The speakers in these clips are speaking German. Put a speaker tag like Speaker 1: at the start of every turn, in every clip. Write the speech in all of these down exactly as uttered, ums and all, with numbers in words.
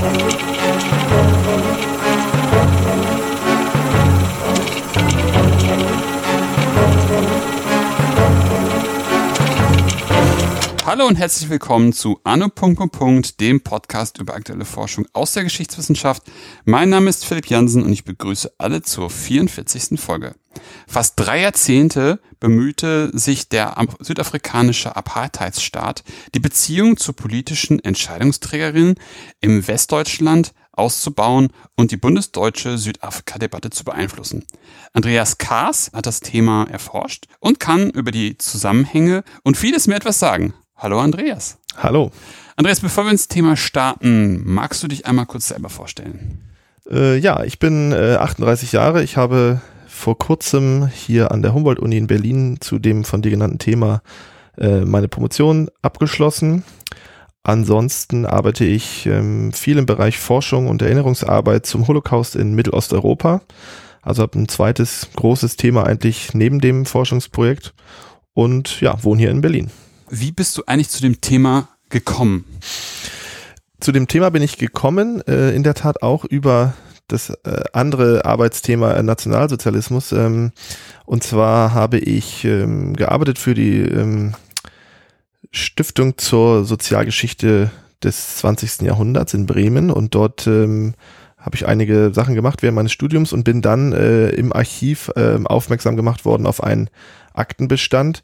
Speaker 1: Hallo und herzlich willkommen zu Anno. dem Podcast über aktuelle Forschung aus der Geschichtswissenschaft. Mein Name ist Philipp Jansen und ich begrüße alle zur vierundvierzigsten Folge. Fast drei Jahrzehnte bemühte sich der südafrikanische Apartheidsstaat, die Beziehung zu politischen Entscheidungsträgerinnen im Westdeutschland auszubauen und die bundesdeutsche Südafrika-Debatte zu beeinflussen. Andreas Kaas hat das Thema erforscht und kann über die Zusammenhänge und vieles mehr etwas sagen. Hallo Andreas.
Speaker 2: Hallo.
Speaker 1: Andreas, bevor wir ins Thema starten, magst du dich einmal kurz selber vorstellen?
Speaker 2: Äh, ja, ich bin äh, achtunddreißig Jahre. Ich habe vor kurzem hier an der Humboldt-Uni in Berlin zu dem von dir genannten Thema äh, meine Promotion abgeschlossen. Ansonsten arbeite ich ähm, viel im Bereich Forschung und Erinnerungsarbeit zum Holocaust in Mittelosteuropa. Also habe ein zweites großes Thema eigentlich neben dem Forschungsprojekt und ja, wohne hier in Berlin.
Speaker 1: Wie bist du eigentlich zu dem Thema gekommen?
Speaker 2: Zu dem Thema bin ich gekommen, äh, in der Tat auch über das äh, andere Arbeitsthema äh, Nationalsozialismus. Ähm, und zwar habe ich ähm, gearbeitet für die ähm, Stiftung zur Sozialgeschichte des zwanzigsten Jahrhunderts in Bremen und dort ähm, habe ich einige Sachen gemacht während meines Studiums und bin dann äh, im Archiv äh, aufmerksam gemacht worden auf einen Aktenbestand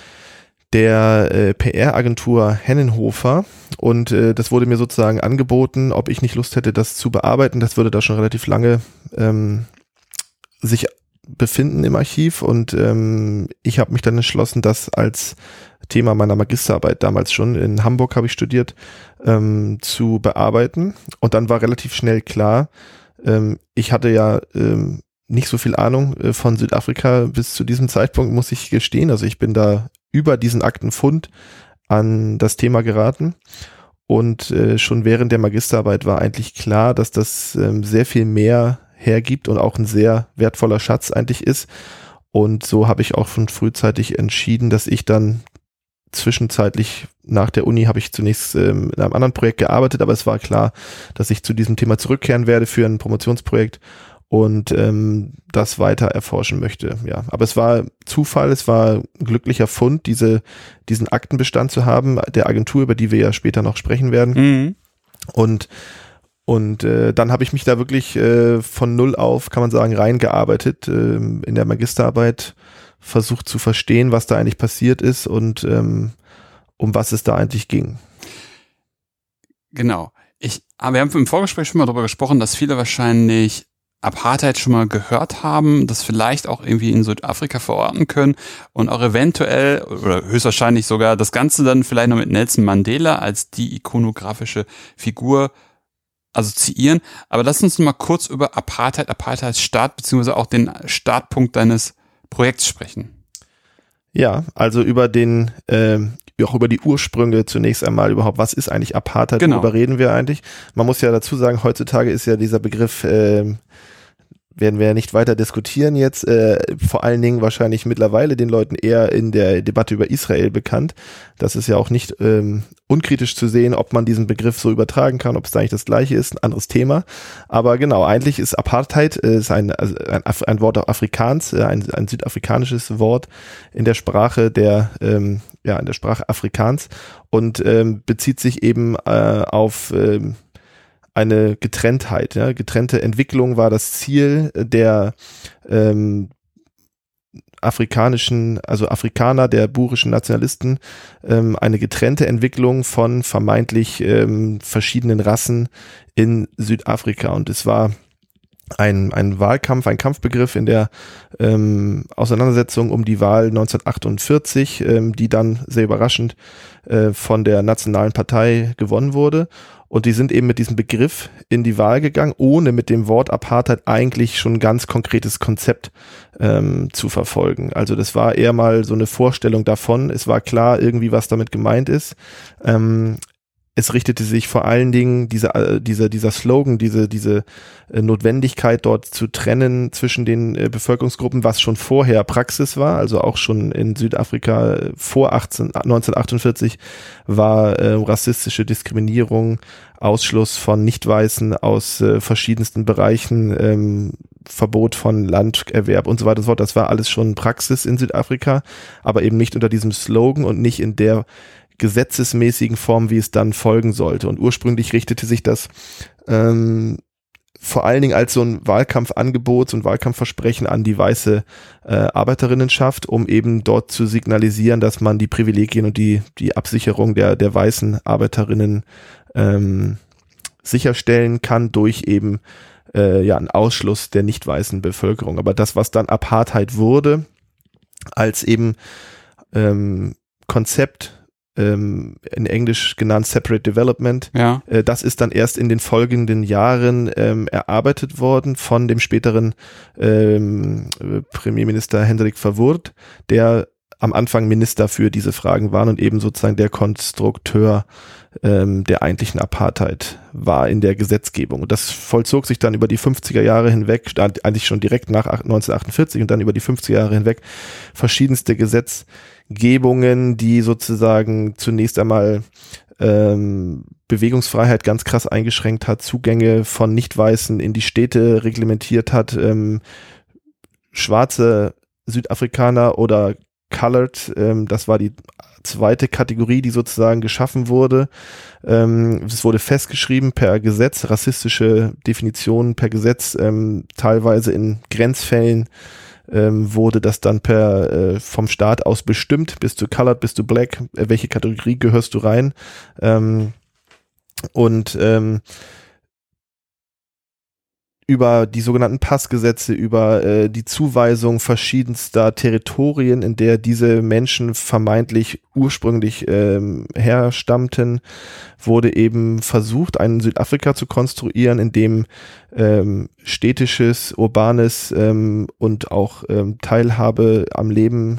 Speaker 2: der äh, P R-Agentur Hennenhofer und äh, das wurde mir sozusagen angeboten, ob ich nicht Lust hätte, das zu bearbeiten. Das würde da schon relativ lange ähm, sich befinden im Archiv und ähm, ich habe mich dann entschlossen, das als Thema meiner Magisterarbeit damals schon, in Hamburg habe ich studiert, ähm, zu bearbeiten und dann war relativ schnell klar, ähm, ich hatte ja ähm, nicht so viel Ahnung äh, von Südafrika bis zu diesem Zeitpunkt, muss ich gestehen, also ich bin da über diesen Aktenfund an das Thema geraten und äh, schon während der Magisterarbeit war eigentlich klar, dass das ähm, sehr viel mehr hergibt und auch ein sehr wertvoller Schatz eigentlich ist und so habe ich auch schon frühzeitig entschieden, dass ich dann zwischenzeitlich nach der Uni habe ich zunächst ähm, in einem anderen Projekt gearbeitet, aber es war klar, dass ich zu diesem Thema zurückkehren werde für ein Promotionsprojekt und ähm, das weiter erforschen möchte. Ja, aber es war Zufall, es war ein glücklicher Fund, diese diesen Aktenbestand zu haben, der Agentur, über die wir ja später noch sprechen werden. Mhm. Und und äh, dann habe ich mich da wirklich äh, von null auf, kann man sagen, reingearbeitet, äh, in der Magisterarbeit versucht zu verstehen, was da eigentlich passiert ist und ähm, um was es da eigentlich ging.
Speaker 1: Genau. Ich, aber wir haben im Vorgespräch schon mal darüber gesprochen, dass viele wahrscheinlich Apartheid schon mal gehört haben, das vielleicht auch irgendwie in Südafrika verorten können und auch eventuell oder höchstwahrscheinlich sogar das Ganze dann vielleicht noch mit Nelson Mandela als die ikonografische Figur assoziieren. Aber lass uns noch mal kurz über Apartheid, Apartheidsstaat beziehungsweise auch den Startpunkt deines Projekts sprechen.
Speaker 2: Ja, also über den, äh, auch über die Ursprünge zunächst einmal überhaupt, was ist eigentlich Apartheid, genau. Worüber reden wir eigentlich? Man muss ja dazu sagen, heutzutage ist ja dieser Begriff, äh, werden wir ja nicht weiter diskutieren jetzt, äh, vor allen Dingen wahrscheinlich mittlerweile den Leuten eher in der Debatte über Israel bekannt. Das ist ja auch nicht ähm, unkritisch zu sehen, ob man diesen Begriff so übertragen kann, ob es eigentlich das Gleiche ist, ein anderes Thema. Aber genau, eigentlich ist Apartheid äh, ist ein, also ein, ein Wort auf Afrikaans, äh, ein, ein südafrikanisches Wort in der Sprache der, ähm, ja, in der Sprache Afrikaans und ähm, bezieht sich eben äh, auf ähm, eine Getrenntheit, ja, getrennte Entwicklung war das Ziel der ähm, afrikanischen, also Afrikaner, der burischen Nationalisten, ähm, eine getrennte Entwicklung von vermeintlich ähm, verschiedenen Rassen in Südafrika und es war ein, ein Wahlkampf, ein Kampfbegriff in der ähm, Auseinandersetzung um die Wahl neunzehnhundertachtundvierzig, ähm, die dann sehr überraschend äh, von der Nationalen Partei gewonnen wurde. Und die sind eben mit diesem Begriff in die Wahl gegangen, ohne mit dem Wort Apartheid eigentlich schon ein ganz konkretes Konzept ähm, zu verfolgen. Also das war eher mal so eine Vorstellung davon. Es war klar irgendwie, was damit gemeint ist. Ähm, es richtete sich vor allen Dingen dieser, dieser, dieser Slogan, diese, diese Notwendigkeit dort zu trennen zwischen den Bevölkerungsgruppen, was schon vorher Praxis war, also auch schon in Südafrika vor neunzehnhundertachtundvierzig war äh, rassistische Diskriminierung, Ausschluss von Nicht-Weißen aus äh, verschiedensten Bereichen, ähm, Verbot von Landerwerb und so weiter und so fort. Das war alles schon Praxis in Südafrika, aber eben nicht unter diesem Slogan und nicht in der gesetzesmäßigen Form, wie es dann folgen sollte. Und ursprünglich richtete sich das ähm, vor allen Dingen als so ein Wahlkampfangebot, so ein Wahlkampfversprechen an die weiße äh, Arbeiterinnenschaft, um eben dort zu signalisieren, dass man die Privilegien und die die Absicherung der der weißen Arbeiterinnen ähm, sicherstellen kann durch eben äh, ja einen Ausschluss der nicht weißen Bevölkerung. Aber das, was dann Apartheid wurde, als eben ähm, Konzept, in Englisch genannt Separate Development.
Speaker 1: Ja.
Speaker 2: Äh, das ist dann erst in den folgenden Jahren ähm, erarbeitet worden von dem späteren ähm, Premierminister Hendrik Verwoerd, der am Anfang Minister für diese Fragen war und eben sozusagen der Konstrukteur ähm, der eigentlichen Apartheid war in der Gesetzgebung. Und das vollzog sich dann über die fünfziger Jahre hinweg, eigentlich schon direkt nach neunzehnhundertachtundvierzig und dann über die fünfziger Jahre hinweg verschiedenste Gesetzgebungen, die sozusagen zunächst einmal ähm, Bewegungsfreiheit ganz krass eingeschränkt hat, Zugänge von Nicht-Weißen in die Städte reglementiert hat, ähm, schwarze Südafrikaner oder Colored, ähm, das war die zweite Kategorie, die sozusagen geschaffen wurde. Ähm, es wurde festgeschrieben per Gesetz, rassistische Definitionen per Gesetz, ähm, teilweise in Grenzfällen ähm, wurde das dann per äh, vom Staat aus bestimmt, bist du Colored, bist du Black, äh, welche Kategorie gehörst du rein? Ähm, und ähm, über die sogenannten Passgesetze, über äh, die Zuweisung verschiedenster Territorien, in der diese Menschen vermeintlich ursprünglich ähm, herstammten, wurde eben versucht, einen Südafrika zu konstruieren, in dem ähm, städtisches, urbanes ähm, und auch ähm, Teilhabe am Leben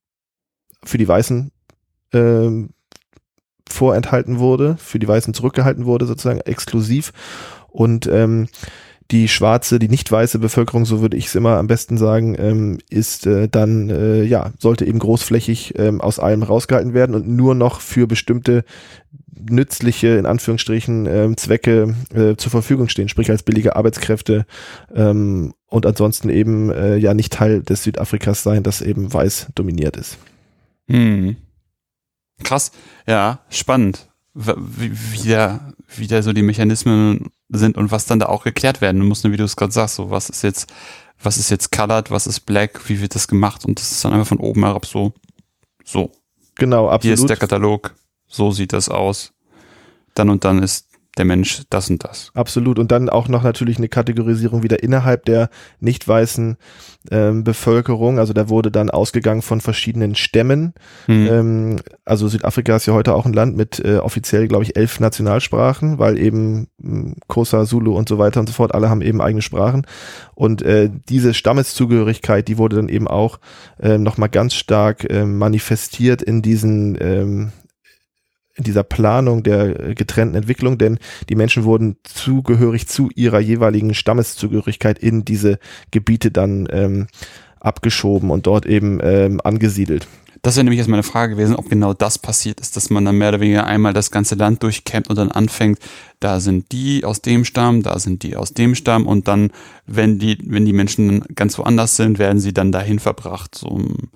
Speaker 2: für die Weißen ähm, vorenthalten wurde, für die Weißen zurückgehalten wurde, sozusagen exklusiv. Und ähm, die schwarze, die nicht weiße Bevölkerung, so würde ich es immer am besten sagen, ähm, ist äh, dann, äh, ja, sollte eben großflächig ähm, aus allem rausgehalten werden und nur noch für bestimmte nützliche, in Anführungsstrichen, ähm, Zwecke äh, zur Verfügung stehen, sprich als billige Arbeitskräfte ähm, und ansonsten eben äh, ja nicht Teil des Südafrikas sein, das eben weiß dominiert ist.
Speaker 1: Hm. Krass, ja, spannend, wie, wie, da, wie da so die Mechanismen sind und was dann da auch geklärt werden muss, wie du es gerade sagst, so was ist jetzt, was ist jetzt colored, was ist black, wie wird das gemacht und das ist dann einfach von oben herab so, so.
Speaker 2: Genau, absolut.
Speaker 1: Hier ist der Katalog, so sieht das aus, dann und dann ist der Mensch das und das.
Speaker 2: Absolut. Und dann auch noch natürlich eine Kategorisierung wieder innerhalb der nicht weißen ähm, Bevölkerung. Also da wurde dann ausgegangen von verschiedenen Stämmen. Mhm. Ähm, also Südafrika ist ja heute auch ein Land mit äh, offiziell, glaube ich, elf Nationalsprachen, weil eben ähm, Xhosa, Zulu und so weiter und so fort, alle haben eben eigene Sprachen. Und äh, diese Stammeszugehörigkeit, die wurde dann eben auch äh, nochmal ganz stark äh, manifestiert in diesen ähm, in dieser Planung der getrennten Entwicklung, denn die Menschen wurden zugehörig zu ihrer jeweiligen Stammeszugehörigkeit in diese Gebiete dann ähm, abgeschoben und dort eben ähm, angesiedelt.
Speaker 1: Das wäre nämlich jetzt meine Frage gewesen, ob genau das passiert ist, dass man dann mehr oder weniger einmal das ganze Land durchkämmt und dann anfängt, da sind die aus dem Stamm, da sind die aus dem Stamm und dann, wenn die, wenn die Menschen ganz woanders sind, werden sie dann dahin verbracht, so.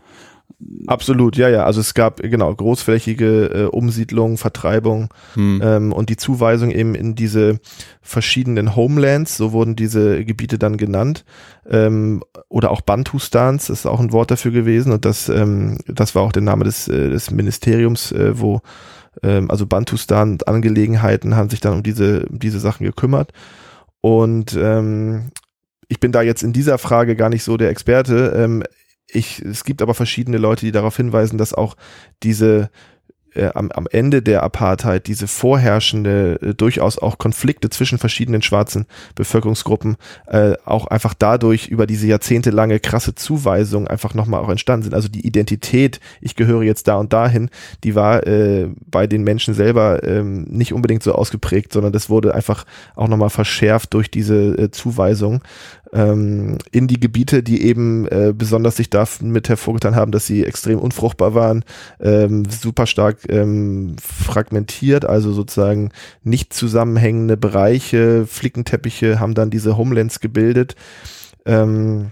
Speaker 2: Absolut, ja, ja. Also es gab genau großflächige äh, Umsiedlung, Vertreibung hm. ähm, und die Zuweisung eben in diese verschiedenen Homelands, so wurden diese Gebiete dann genannt, ähm, oder auch Bantustans, das ist auch ein Wort dafür gewesen und das, ähm, das war auch der Name des, äh, des Ministeriums, äh, wo ähm, also Bantustan-Angelegenheiten haben sich dann um diese, um diese Sachen gekümmert und ähm, ich bin da jetzt in dieser Frage gar nicht so der Experte. ähm, Ich, es gibt aber verschiedene Leute, die darauf hinweisen, dass auch diese äh, am, am Ende der Apartheid diese vorherrschende, äh, durchaus auch Konflikte zwischen verschiedenen schwarzen Bevölkerungsgruppen äh, auch einfach dadurch über diese jahrzehntelange krasse Zuweisung einfach nochmal auch entstanden sind. Also die Identität, ich gehöre jetzt da und dahin, die war äh, bei den Menschen selber ähm, nicht unbedingt so ausgeprägt, sondern das wurde einfach auch nochmal verschärft durch diese äh, Zuweisung ähm, in die Gebiete, die eben äh, besonders sich damit hervorgetan haben, dass sie extrem unfruchtbar waren, ähm, super stark ähm, fragmentiert, also sozusagen nicht zusammenhängende Bereiche, Flickenteppiche haben dann diese Homelands gebildet, ähm,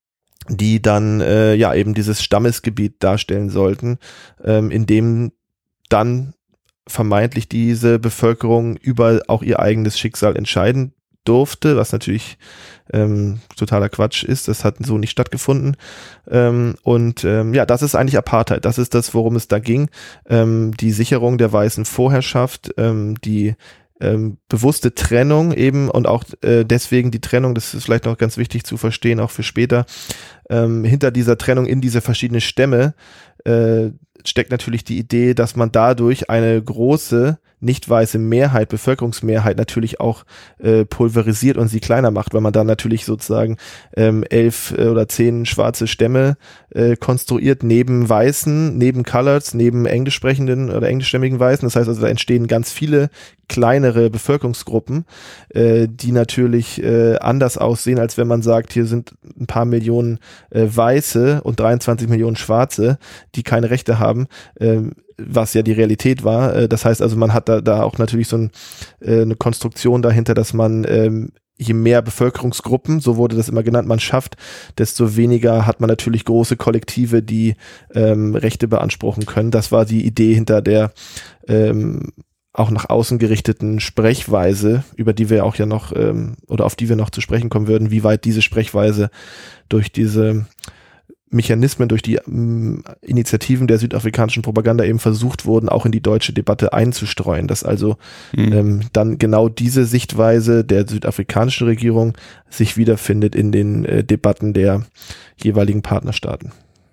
Speaker 2: die dann äh, ja eben dieses Stammesgebiet darstellen sollten, ähm, in dem dann vermeintlich diese Bevölkerung über auch ihr eigenes Schicksal entscheiden durfte, was natürlich ähm, totaler Quatsch ist. Das hat so nicht stattgefunden. Ähm, und ähm, ja, das ist eigentlich Apartheid. Das ist das, worum es da ging. Ähm, die Sicherung der weißen Vorherrschaft, ähm, die ähm, bewusste Trennung eben und auch äh, deswegen die Trennung, das ist vielleicht noch ganz wichtig zu verstehen, auch für später, ähm, hinter dieser Trennung in diese verschiedenen Stämme äh, steckt natürlich die Idee, dass man dadurch eine große nicht weiße Mehrheit, Bevölkerungsmehrheit natürlich auch äh, pulverisiert und sie kleiner macht, weil man da natürlich sozusagen ähm, elf äh, oder zehn schwarze Stämme äh, konstruiert neben Weißen, neben Coloreds, neben englisch sprechenden oder englischstämmigen Weißen. Das heißt also, da entstehen ganz viele kleinere Bevölkerungsgruppen, äh, die natürlich äh, anders aussehen, als wenn man sagt, hier sind ein paar Millionen äh, Weiße und dreiundzwanzig Millionen Schwarze, die keine Rechte haben, äh, was ja die Realität war. Äh, das heißt also, man hat da, da auch natürlich so ein, äh, eine Konstruktion dahinter, dass man ähm, je mehr Bevölkerungsgruppen, so wurde das immer genannt, man schafft, desto weniger hat man natürlich große Kollektive, die ähm, Rechte beanspruchen können. Das war die Idee hinter der ähm, auch nach außen gerichteten Sprechweise, über die wir auch ja noch, ähm, oder auf die wir noch zu sprechen kommen würden, wie weit diese Sprechweise durch diese Mechanismen, durch die ähm, Initiativen der südafrikanischen Propaganda eben versucht wurden, auch in die deutsche Debatte einzustreuen, dass also mhm. ähm, dann genau diese Sichtweise der südafrikanischen Regierung sich wiederfindet in den äh, Debatten der jeweiligen Partnerstaaten.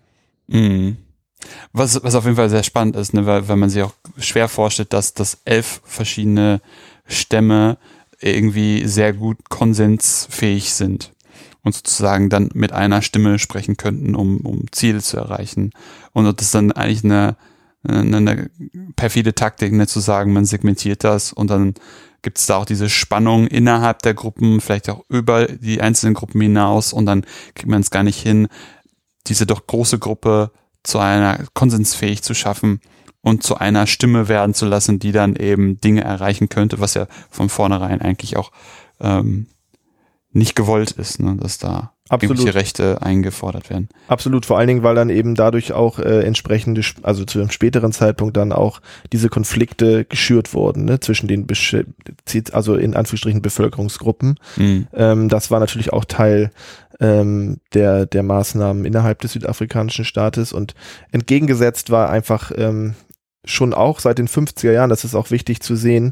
Speaker 1: Mhm. Was, was auf jeden Fall sehr spannend ist, ne, weil, weil man sich auch schwer vorstellt, dass, dass elf verschiedene Stämme irgendwie sehr gut konsensfähig sind und sozusagen dann mit einer Stimme sprechen könnten, um, um Ziele zu erreichen. Und das ist dann eigentlich eine, eine, eine perfide Taktik, ne, zu sagen, man segmentiert das und dann gibt es da auch diese Spannung innerhalb der Gruppen, vielleicht auch über die einzelnen Gruppen hinaus und dann kriegt man es gar nicht hin, diese doch große Gruppe zu einer konsensfähig zu schaffen und zu einer Stimme werden zu lassen, die dann eben Dinge erreichen könnte, was ja von vornherein eigentlich auch ähm, nicht gewollt ist, ne, dass da
Speaker 2: Absolut.
Speaker 1: Irgendwelche Rechte eingefordert werden.
Speaker 2: Absolut, vor allen Dingen, weil dann eben dadurch auch äh, entsprechende, also zu einem späteren Zeitpunkt dann auch diese Konflikte geschürt wurden, ne, zwischen den, Besch- also in Anführungsstrichen Bevölkerungsgruppen. Mhm. Ähm, das war natürlich auch Teil ähm, der, der Maßnahmen innerhalb des südafrikanischen Staates und entgegengesetzt war einfach ähm, schon auch seit den fünfziger Jahren, das ist auch wichtig zu sehen,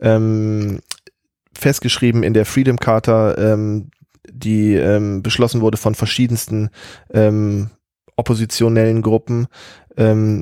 Speaker 2: ähm, festgeschrieben in der Freedom Charta, ähm, die ähm, beschlossen wurde von verschiedensten ähm, oppositionellen Gruppen ähm,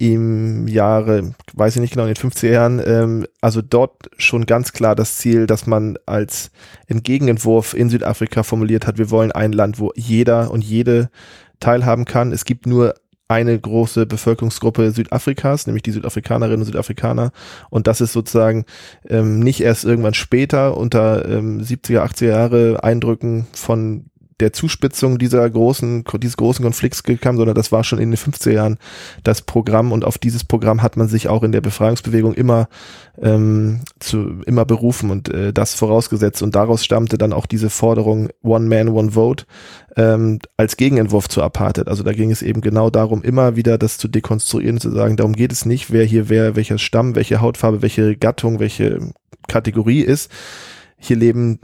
Speaker 2: im Jahre, weiß ich nicht genau, in den fünfziger Jahren, ähm, also dort schon ganz klar das Ziel, dass man als Entgegenentwurf in Südafrika formuliert hat, wir wollen ein Land, wo jeder und jede teilhaben kann. Es gibt nur eine große Bevölkerungsgruppe Südafrikas, nämlich die Südafrikanerinnen und Südafrikaner. Und das ist sozusagen ähm, nicht erst irgendwann später unter ähm, siebziger, achtziger Jahre Eindrücken von der Zuspitzung dieser großen, dieses großen Konflikts gekommen, sondern das war schon in den fünfziger Jahren das Programm und auf dieses Programm hat man sich auch in der Befreiungsbewegung immer ähm, zu immer berufen und äh, das vorausgesetzt und daraus stammte dann auch diese Forderung One Man, One Vote ähm, als Gegenentwurf zur Apartheid. Also da ging es eben genau darum, immer wieder das zu dekonstruieren, zu sagen, darum geht es nicht, wer hier wer, welcher Stamm, welche Hautfarbe, welche Gattung, welche Kategorie ist. Hier leben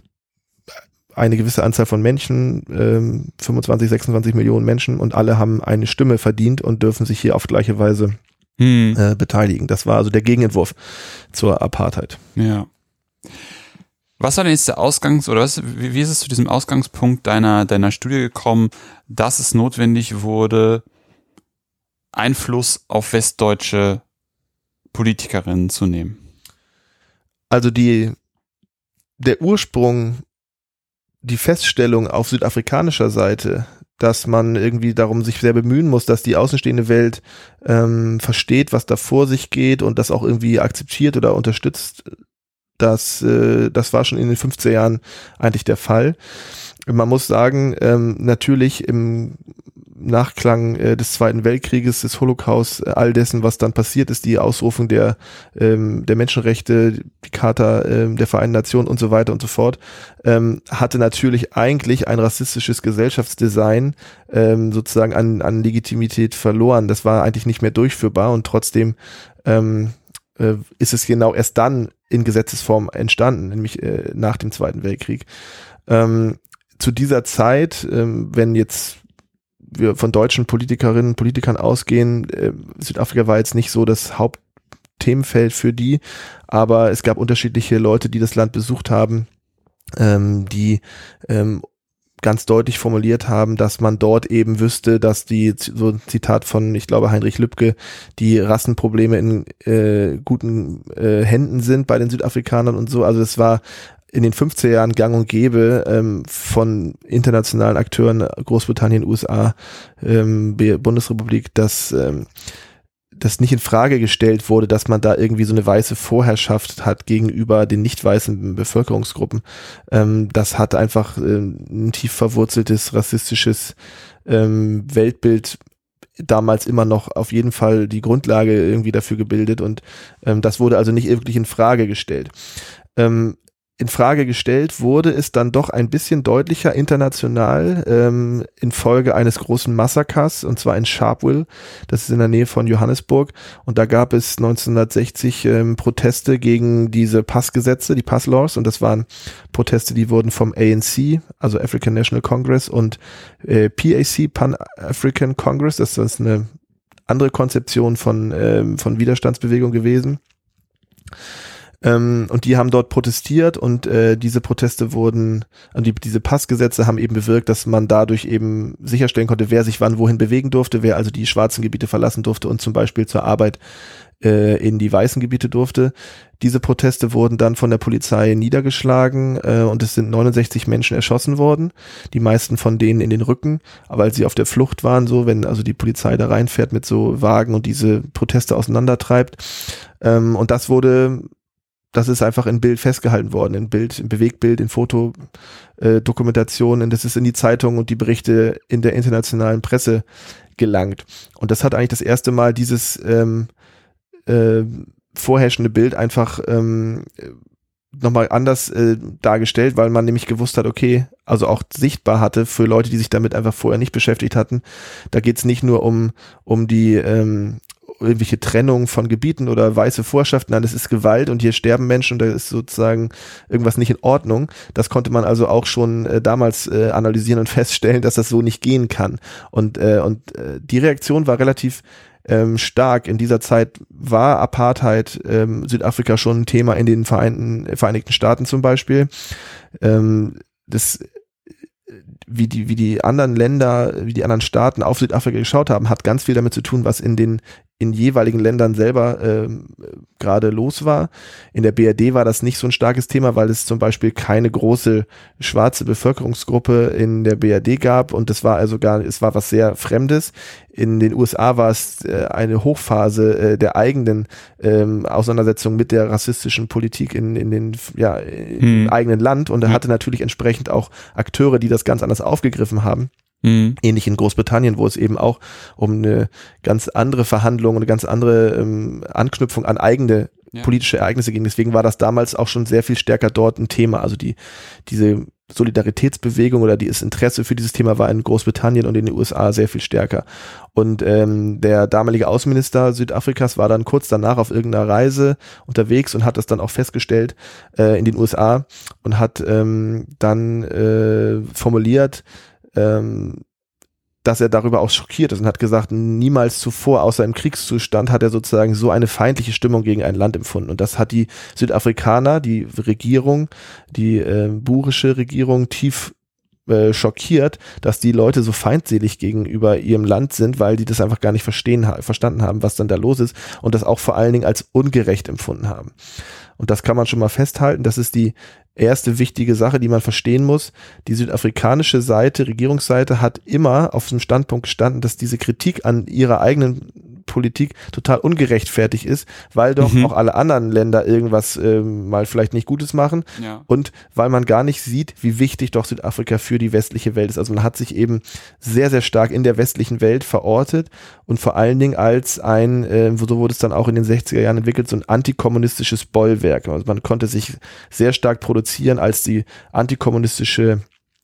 Speaker 2: eine gewisse Anzahl von Menschen, ähm, fünfundzwanzig, sechsundzwanzig Millionen Menschen und alle haben eine Stimme verdient und dürfen sich hier auf gleiche Weise hm. äh, beteiligen. Das war also der Gegenentwurf zur Apartheid.
Speaker 1: Ja. Was war denn jetzt der Ausgangs- oder was, wie, wie ist es zu diesem Ausgangspunkt deiner, deiner Studie gekommen, dass es notwendig wurde, Einfluss auf westdeutsche Politikerinnen zu nehmen?
Speaker 2: Also die, der Ursprung, die Feststellung auf südafrikanischer Seite, dass man irgendwie darum sich sehr bemühen muss, dass die außenstehende Welt ähm, versteht, was da vor sich geht und das auch irgendwie akzeptiert oder unterstützt, das, äh, das war schon in den fünfziger Jahren eigentlich der Fall. Man muss sagen, ähm, natürlich im Nachklang äh, des Zweiten Weltkrieges, des Holocaust, äh, all dessen, was dann passiert ist, die Ausrufung der, ähm, der Menschenrechte, die Charta ähm, der Vereinten Nationen und so weiter und so fort, ähm, hatte natürlich eigentlich ein rassistisches Gesellschaftsdesign ähm, sozusagen an, an Legitimität verloren. Das war eigentlich nicht mehr durchführbar und trotzdem ähm, äh, ist es genau erst dann in Gesetzesform entstanden, nämlich äh, nach dem Zweiten Weltkrieg. Ähm, zu dieser Zeit, ähm, wenn jetzt wir von deutschen Politikerinnen und Politikern ausgehen, äh, Südafrika war jetzt nicht so das Hauptthemenfeld für die, aber es gab unterschiedliche Leute, die das Land besucht haben, ähm, die ähm, ganz deutlich formuliert haben, dass man dort eben wüsste, dass die, so ein Zitat von, ich glaube, Heinrich Lübke, die Rassenprobleme in äh, guten äh, Händen sind bei den Südafrikanern und so. Also es war in den fünfziger Jahren gang und gäbe ähm, von internationalen Akteuren, Großbritannien, U S A, ähm, Bundesrepublik, dass ähm, das nicht in Frage gestellt wurde, dass man da irgendwie so eine weiße Vorherrschaft hat gegenüber den nicht weißen Bevölkerungsgruppen. Ähm, das hat einfach ähm, ein tief verwurzeltes rassistisches ähm, Weltbild damals immer noch auf jeden Fall die Grundlage irgendwie dafür gebildet und ähm, das wurde also nicht wirklich in Frage gestellt. Ähm, In Frage gestellt wurde es dann doch ein bisschen deutlicher international ähm, infolge eines großen Massakers, und zwar in Sharpeville, das ist in der Nähe von Johannesburg, und da gab es neunzehnhundertsechzig ähm, Proteste gegen diese Passgesetze, die Passlaws, und das waren Proteste, die wurden vom A N C, also African National Congress, und äh, P A C, Pan-African Congress, das ist eine andere Konzeption von, ähm, von Widerstandsbewegung gewesen. Ähm, und die haben dort protestiert und äh, diese Proteste wurden, also die, diese Passgesetze haben eben bewirkt, dass man dadurch eben sicherstellen konnte, wer sich wann wohin bewegen durfte, wer also die schwarzen Gebiete verlassen durfte und zum Beispiel zur Arbeit äh, in die weißen Gebiete durfte. Diese Proteste wurden dann von der Polizei niedergeschlagen äh, und es sind neunundsechzig Menschen erschossen worden, die meisten von denen in den Rücken, weil sie auf der Flucht waren, so wenn also die Polizei da reinfährt mit so Wagen und diese Proteste auseinandertreibt. Ähm, und das wurde Das ist einfach in Bild festgehalten worden, in Bild, in Bewegtbild, in Fotodokumentationen. Das ist in die Zeitung und die Berichte in der internationalen Presse gelangt. Und das hat eigentlich das erste Mal dieses ähm, äh, vorherrschende Bild einfach ähm, nochmal anders äh, dargestellt, weil man nämlich gewusst hat, okay, also auch sichtbar hatte für Leute, die sich damit einfach vorher nicht beschäftigt hatten, da geht es nicht nur um, um die ähm, irgendwelche Trennung von Gebieten oder weiße Vorschriften, nein, das ist Gewalt und hier sterben Menschen und da ist sozusagen irgendwas nicht in Ordnung. Das konnte man also auch schon äh, damals äh, analysieren und feststellen, dass das so nicht gehen kann. Und, äh, und äh, die Reaktion war relativ ähm, stark. In dieser Zeit war Apartheid ähm, Südafrika schon ein Thema in den Vereinten, Vereinigten Staaten zum Beispiel. Ähm, das wie die, wie die anderen Länder, wie die anderen Staaten auf Südafrika geschaut haben, hat ganz viel damit zu tun, was in den in jeweiligen Ländern selber ähm, gerade los war. In der B R D war das nicht so ein starkes Thema, weil es zum Beispiel keine große schwarze Bevölkerungsgruppe in der B R D gab und das war also gar, es war was sehr Fremdes. In den U S A war es äh, eine Hochphase äh, der eigenen ähm, Auseinandersetzung mit der rassistischen Politik in, in den ja, im hm. eigenen Land und er hm. hatte natürlich entsprechend auch Akteure, die das ganz anders aufgegriffen haben. Mhm. Ähnlich in Großbritannien, wo es eben auch um eine ganz andere Verhandlung, eine ganz andere ähm, Anknüpfung an eigene ja. politische Ereignisse ging. Deswegen war das damals auch schon sehr viel stärker dort ein Thema. Also die diese Solidaritätsbewegung oder das Interesse für dieses Thema war in Großbritannien und in den U S A sehr viel stärker. Und ähm, der damalige Außenminister Südafrikas war dann kurz danach auf irgendeiner Reise unterwegs und hat das dann auch festgestellt äh, in den U S A und hat ähm, dann äh, formuliert, Ähm, dass er darüber auch schockiert ist und hat gesagt, niemals zuvor, außer im Kriegszustand, hat er sozusagen so eine feindliche Stimmung gegen ein Land empfunden. Und das hat die Südafrikaner, die Regierung, die äh, burische Regierung tief äh, schockiert, dass die Leute so feindselig gegenüber ihrem Land sind, weil die das einfach gar nicht verstehen, ha- verstanden haben, was dann da los ist und das auch vor allen Dingen als ungerecht empfunden haben. Und das kann man schon mal festhalten. Das ist die erste wichtige Sache, die man verstehen muss. Die südafrikanische Seite, Regierungsseite, hat immer auf dem Standpunkt gestanden, dass diese Kritik an ihrer eigenen Politik total ungerechtfertigt ist, weil doch mhm. auch alle anderen Länder irgendwas ähm, mal vielleicht nicht Gutes machen
Speaker 1: ja.
Speaker 2: und weil man gar nicht sieht, wie wichtig doch Südafrika für die westliche Welt ist. Also man hat sich eben sehr, sehr stark in der westlichen Welt verortet und vor allen Dingen als ein, äh, so wurde es dann auch in den sechziger Jahren entwickelt, so ein antikommunistisches Bollwerk. Also man konnte sich sehr stark produzieren als die antikommunistische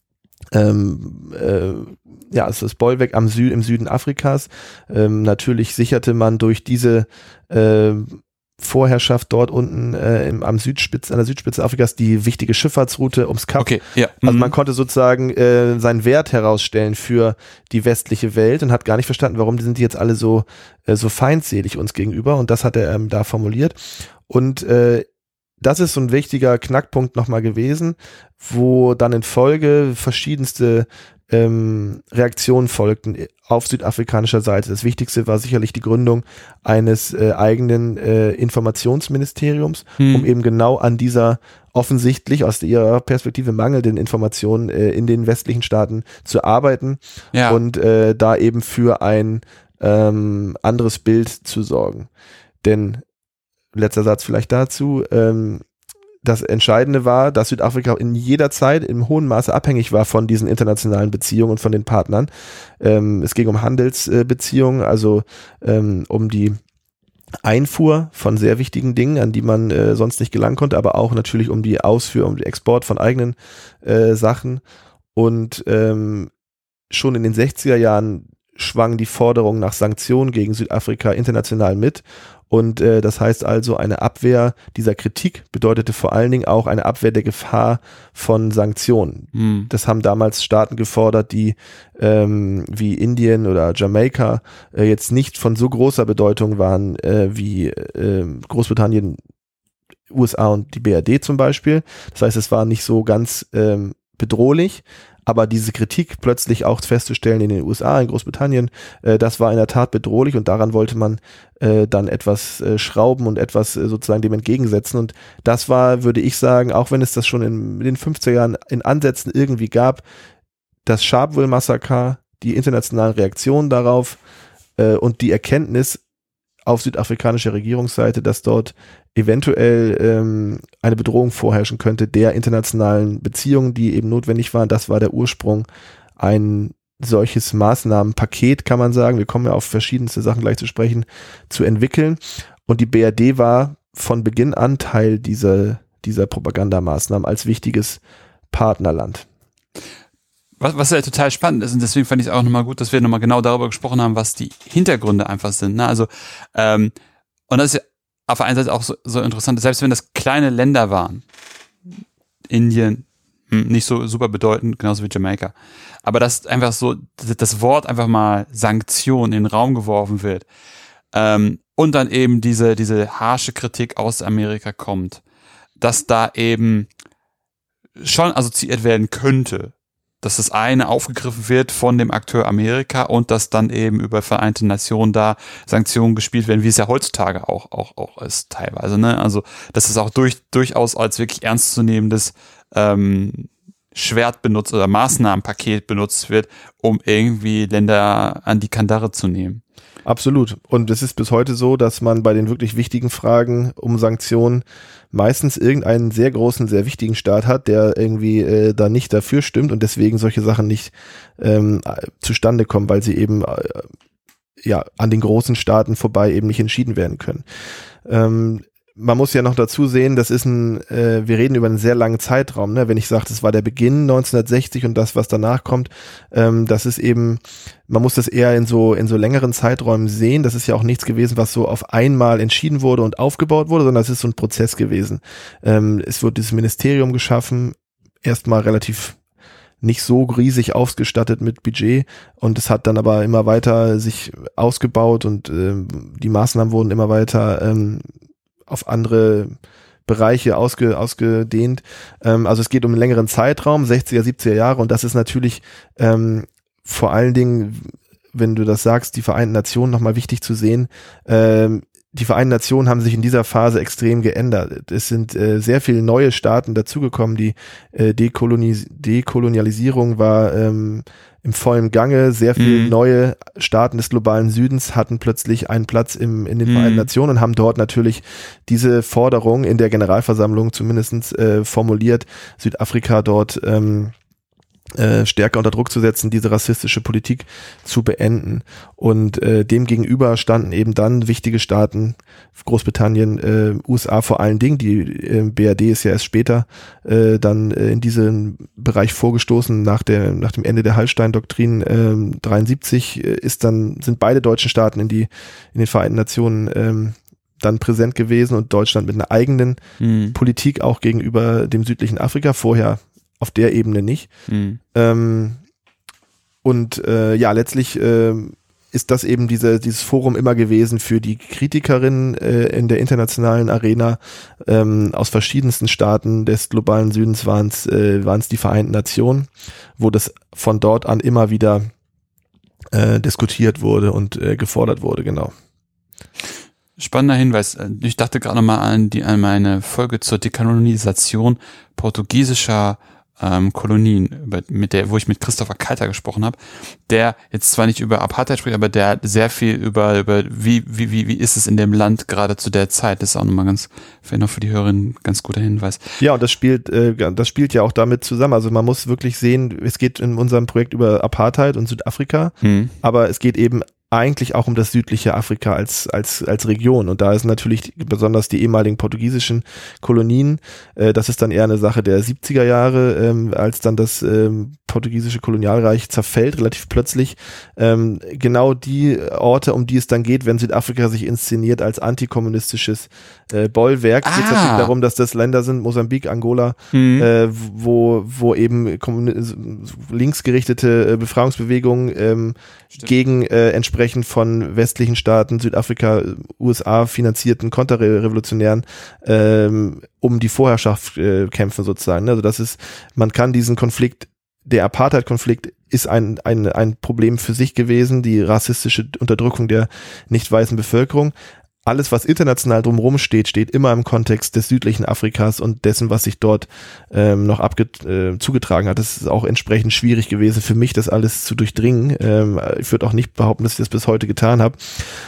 Speaker 2: Ähm, äh, ja, also das Bollwerk am Sü- im Süden Afrikas. Ähm, natürlich sicherte man durch diese äh, Vorherrschaft dort unten äh, im, am Südspitze, an der Südspitze Afrikas die wichtige Schifffahrtsroute ums Kap.
Speaker 1: Okay, ja.
Speaker 2: Also
Speaker 1: mhm.
Speaker 2: man konnte sozusagen äh, seinen Wert herausstellen für die westliche Welt und hat gar nicht verstanden, warum sind die jetzt alle so äh, so feindselig uns gegenüber, und das hat er ähm, da formuliert. Und äh, das ist so ein wichtiger Knackpunkt nochmal gewesen, wo dann in Folge verschiedenste ähm, Reaktionen folgten auf südafrikanischer Seite. Das Wichtigste war sicherlich die Gründung eines äh, eigenen äh, Informationsministeriums, hm. um eben genau an dieser offensichtlich aus ihrer Perspektive mangelnden Informationen äh, in den westlichen Staaten zu arbeiten
Speaker 1: ja.
Speaker 2: und äh, da eben für ein ähm, anderes Bild zu sorgen. Denn letzter Satz vielleicht dazu. Ähm, das Entscheidende war, dass Südafrika in jeder Zeit im hohen Maße abhängig war von diesen internationalen Beziehungen und von den Partnern. Ähm, es ging um Handelsbeziehungen, also ähm, um die Einfuhr von sehr wichtigen Dingen, an die man äh, sonst nicht gelangen konnte, aber auch natürlich um die Ausfuhr, um den Export von eigenen äh, Sachen. Und ähm, schon in den sechziger Jahren schwang die Forderung nach Sanktionen gegen Südafrika international mit. Und äh, das heißt also, eine Abwehr dieser Kritik bedeutete vor allen Dingen auch eine Abwehr der Gefahr von Sanktionen. Mhm. Das haben damals Staaten gefordert, die ähm, wie Indien oder Jamaika äh, jetzt nicht von so großer Bedeutung waren äh, wie äh, Großbritannien, U S A und die B R D zum Beispiel. Das heißt, es war nicht so ganz ähm, bedrohlich. Aber diese Kritik plötzlich auch festzustellen in den U S A, in Großbritannien, äh, das war in der Tat bedrohlich, und daran wollte man äh, dann etwas äh, schrauben und etwas äh, sozusagen dem entgegensetzen. Und das war, würde ich sagen, auch wenn es das schon in, in den fünfziger Jahren in Ansätzen irgendwie gab, das Sharpeville-Massaker, die internationalen Reaktionen darauf äh, und die Erkenntnis auf südafrikanischer Regierungsseite, dass dort eventuell ähm, eine Bedrohung vorherrschen könnte der internationalen Beziehungen, die eben notwendig waren. Das war der Ursprung, ein solches Maßnahmenpaket, kann man sagen, wir kommen ja auf verschiedenste Sachen gleich zu sprechen, zu entwickeln. Und die B R D war von Beginn an Teil dieser, dieser Propagandamaßnahmen als wichtiges Partnerland.
Speaker 1: Was, was ja total spannend ist, und deswegen fand ich es auch nochmal gut, dass wir nochmal genau darüber gesprochen haben, was die Hintergründe einfach sind. Ne? Also, ähm, und das ist ja auf der einen Seite auch so, so interessant, selbst wenn das kleine Länder waren, Indien, hm, nicht so super bedeutend, genauso wie Jamaika, aber dass einfach so das Wort einfach mal Sanktion in den Raum geworfen wird, ähm, und dann eben diese, diese harsche Kritik aus Amerika kommt, dass da eben schon assoziiert werden könnte, dass das eine aufgegriffen wird von dem Akteur Amerika und dass dann eben über Vereinte Nationen da Sanktionen gespielt werden, wie es ja heutzutage auch auch auch ist teilweise, ne? Also dass es auch durch, durchaus als wirklich ernstzunehmendes ähm, Schwert benutzt oder Maßnahmenpaket benutzt wird, um irgendwie Länder an die Kandare zu nehmen.
Speaker 2: Absolut. Und es ist bis heute so, dass man bei den wirklich wichtigen Fragen um Sanktionen meistens irgendeinen sehr großen, sehr wichtigen Staat hat, der irgendwie äh, da nicht dafür stimmt und deswegen solche Sachen nicht ähm, zustande kommen, weil sie eben äh, ja an den großen Staaten vorbei eben nicht entschieden werden können. Ähm, Man muss ja noch dazu sehen, das ist ein, äh, wir reden über einen sehr langen Zeitraum, ne? Wenn ich sage, das war der Beginn neunzehnhundertsechzig und das, was danach kommt, ähm, das ist eben, man muss das eher in so in so längeren Zeiträumen sehen. Das ist ja auch nichts gewesen, was so auf einmal entschieden wurde und aufgebaut wurde, sondern es ist so ein Prozess gewesen. Ähm, es wurde dieses Ministerium geschaffen, erstmal relativ nicht so riesig ausgestattet mit Budget, und es hat dann aber immer weiter sich ausgebaut und äh, die Maßnahmen wurden immer weiter ähm, auf andere Bereiche ausge, ausgedehnt. Ähm, also es geht um einen längeren Zeitraum, sechziger, siebziger Jahre, und das ist natürlich ähm, vor allen Dingen, wenn du das sagst, die Vereinten Nationen nochmal wichtig zu sehen. Ähm, die Vereinten Nationen haben sich in dieser Phase extrem geändert. Es sind äh, sehr viele neue Staaten dazugekommen. Die äh, Dekolonis- Dekolonialisierung war ähm, im vollen Gange. Sehr viele mhm. neue Staaten des globalen Südens hatten plötzlich einen Platz im, in den mhm. Vereinten Nationen und haben dort natürlich diese Forderung in der Generalversammlung zumindest äh, formuliert, Südafrika dort ähm, Äh, stärker unter Druck zu setzen, diese rassistische Politik zu beenden. Und äh, dem gegenüber standen eben dann wichtige Staaten, Großbritannien, äh, U S A vor allen Dingen, die äh, B R D ist ja erst später äh, dann äh, in diesen Bereich vorgestoßen, nach der nach dem Ende der Hallstein-Doktrin äh, dreiundsiebzig äh, ist dann sind beide deutschen Staaten in die in den Vereinten Nationen ähm, dann präsent gewesen und Deutschland mit einer eigenen mhm. Politik auch gegenüber dem südlichen Afrika, vorher auf der Ebene nicht. Mhm. Ähm, und äh, ja, letztlich äh, ist das eben diese, dieses Forum immer gewesen für die Kritikerinnen äh, in der internationalen Arena. Ähm, aus verschiedensten Staaten des globalen Südens waren es äh, waren es die Vereinten Nationen, wo das von dort an immer wieder äh, diskutiert wurde und äh, gefordert wurde, genau.
Speaker 1: Spannender Hinweis. Ich dachte gerade mal an die an meine Folge zur Dekolonisation portugiesischer ähm, Kolonien, über, mit der, wo ich mit Christopher Kalter gesprochen habe, der jetzt zwar nicht über Apartheid spricht, aber der sehr viel über über wie wie wie wie ist es in dem Land gerade zu der Zeit. Das ist auch nochmal ganz, vielleicht noch für die Hörerinnen ganz guter Hinweis.
Speaker 2: Ja, und das spielt äh, das spielt ja auch damit zusammen. Also man muss wirklich sehen, es geht in unserem Projekt über Apartheid und Südafrika, hm. aber es geht eben eigentlich auch um das südliche Afrika als als als Region, und da ist natürlich besonders die ehemaligen portugiesischen Kolonien, äh, das ist dann eher eine Sache der siebziger Jahre, ähm, als dann das ähm, portugiesische Kolonialreich zerfällt, relativ plötzlich, ähm, genau die Orte, um die es dann geht, wenn Südafrika sich inszeniert als antikommunistisches äh, Bollwerk. Es ah. geht natürlich darum, dass das Länder sind, Mosambik, Angola, mhm. äh, wo wo eben linksgerichtete äh, Befreiungsbewegungen ähm, gegen äh, entsprechend von westlichen Staaten, Südafrika, U S A finanzierten Konterrevolutionären ähm, um die Vorherrschaft äh, kämpfen sozusagen. Also das ist, man kann diesen Konflikt, der Apartheid-Konflikt ist ein, ein, ein Problem für sich gewesen, die rassistische Unterdrückung der nicht weißen Bevölkerung. Alles, was international drumherum steht, steht immer im Kontext des südlichen Afrikas und dessen, was sich dort ähm, noch abge- äh, zugetragen hat. Das ist auch entsprechend schwierig gewesen für mich, das alles zu durchdringen. Ähm, ich würde auch nicht behaupten, dass ich das bis heute getan habe.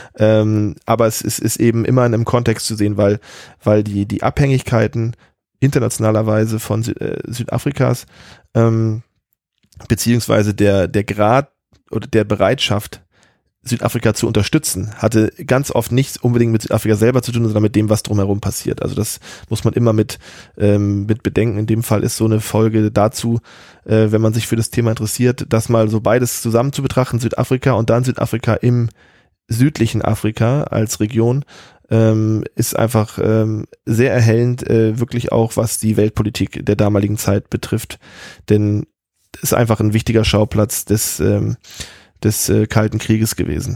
Speaker 2: Ähm, aber es ist, ist eben immer in einem Kontext zu sehen, weil, weil die, die Abhängigkeiten internationalerweise von Sü- äh, Südafrikas ähm, beziehungsweise der, der Grad oder der Bereitschaft, Südafrika zu unterstützen, hatte ganz oft nichts unbedingt mit Südafrika selber zu tun, sondern mit dem, was drumherum passiert. Also das muss man immer mit, ähm, mit bedenken. In dem Fall ist so eine Folge dazu, äh, wenn man sich für das Thema interessiert, das mal so beides zusammen zu betrachten, Südafrika und dann Südafrika im südlichen Afrika als Region, ähm, ist einfach ähm, sehr erhellend, äh, wirklich auch, was die Weltpolitik der damaligen Zeit betrifft. Denn es ist einfach ein wichtiger Schauplatz des ähm, des äh, Kalten Krieges gewesen.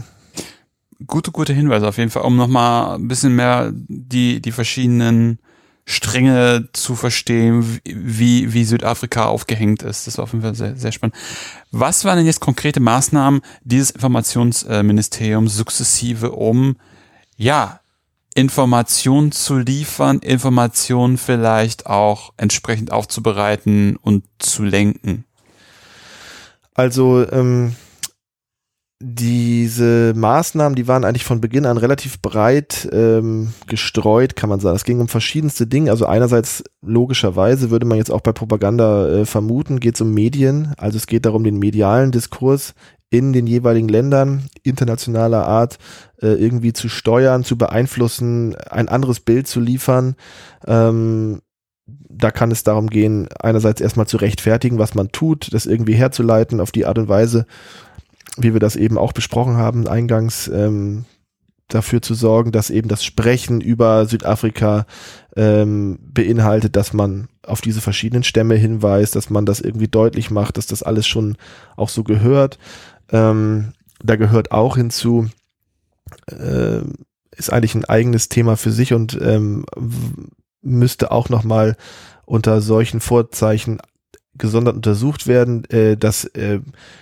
Speaker 1: Gute, gute Hinweise auf jeden Fall, um nochmal ein bisschen mehr die die verschiedenen Stränge zu verstehen, wie wie Südafrika aufgehängt ist. Das war auf jeden Fall sehr, sehr spannend. Was waren denn jetzt konkrete Maßnahmen dieses Informationsministeriums sukzessive, um ja Informationen zu liefern, Informationen vielleicht auch entsprechend aufzubereiten und zu lenken?
Speaker 2: Also ähm diese Maßnahmen, die waren eigentlich von Beginn an relativ breit ähm, gestreut, kann man sagen. Es ging um verschiedenste Dinge. Also einerseits logischerweise würde man jetzt auch bei Propaganda äh, vermuten, geht es um Medien. Also es geht darum, den medialen Diskurs in den jeweiligen Ländern internationaler Art äh, irgendwie zu steuern, zu beeinflussen, ein anderes Bild zu liefern. Ähm, Da kann es darum gehen, einerseits erstmal zu rechtfertigen, was man tut, das irgendwie herzuleiten auf die Art und Weise, wie wir das eben auch besprochen haben, eingangs ähm, dafür zu sorgen, dass eben das Sprechen über Südafrika ähm, beinhaltet, dass man auf diese verschiedenen Stämme hinweist, dass man das irgendwie deutlich macht, dass das alles schon auch so gehört. Ähm, da gehört auch hinzu, äh, ist eigentlich ein eigenes Thema für sich und ähm, müsste auch nochmal unter solchen Vorzeichen gesondert untersucht werden. Äh, das äh,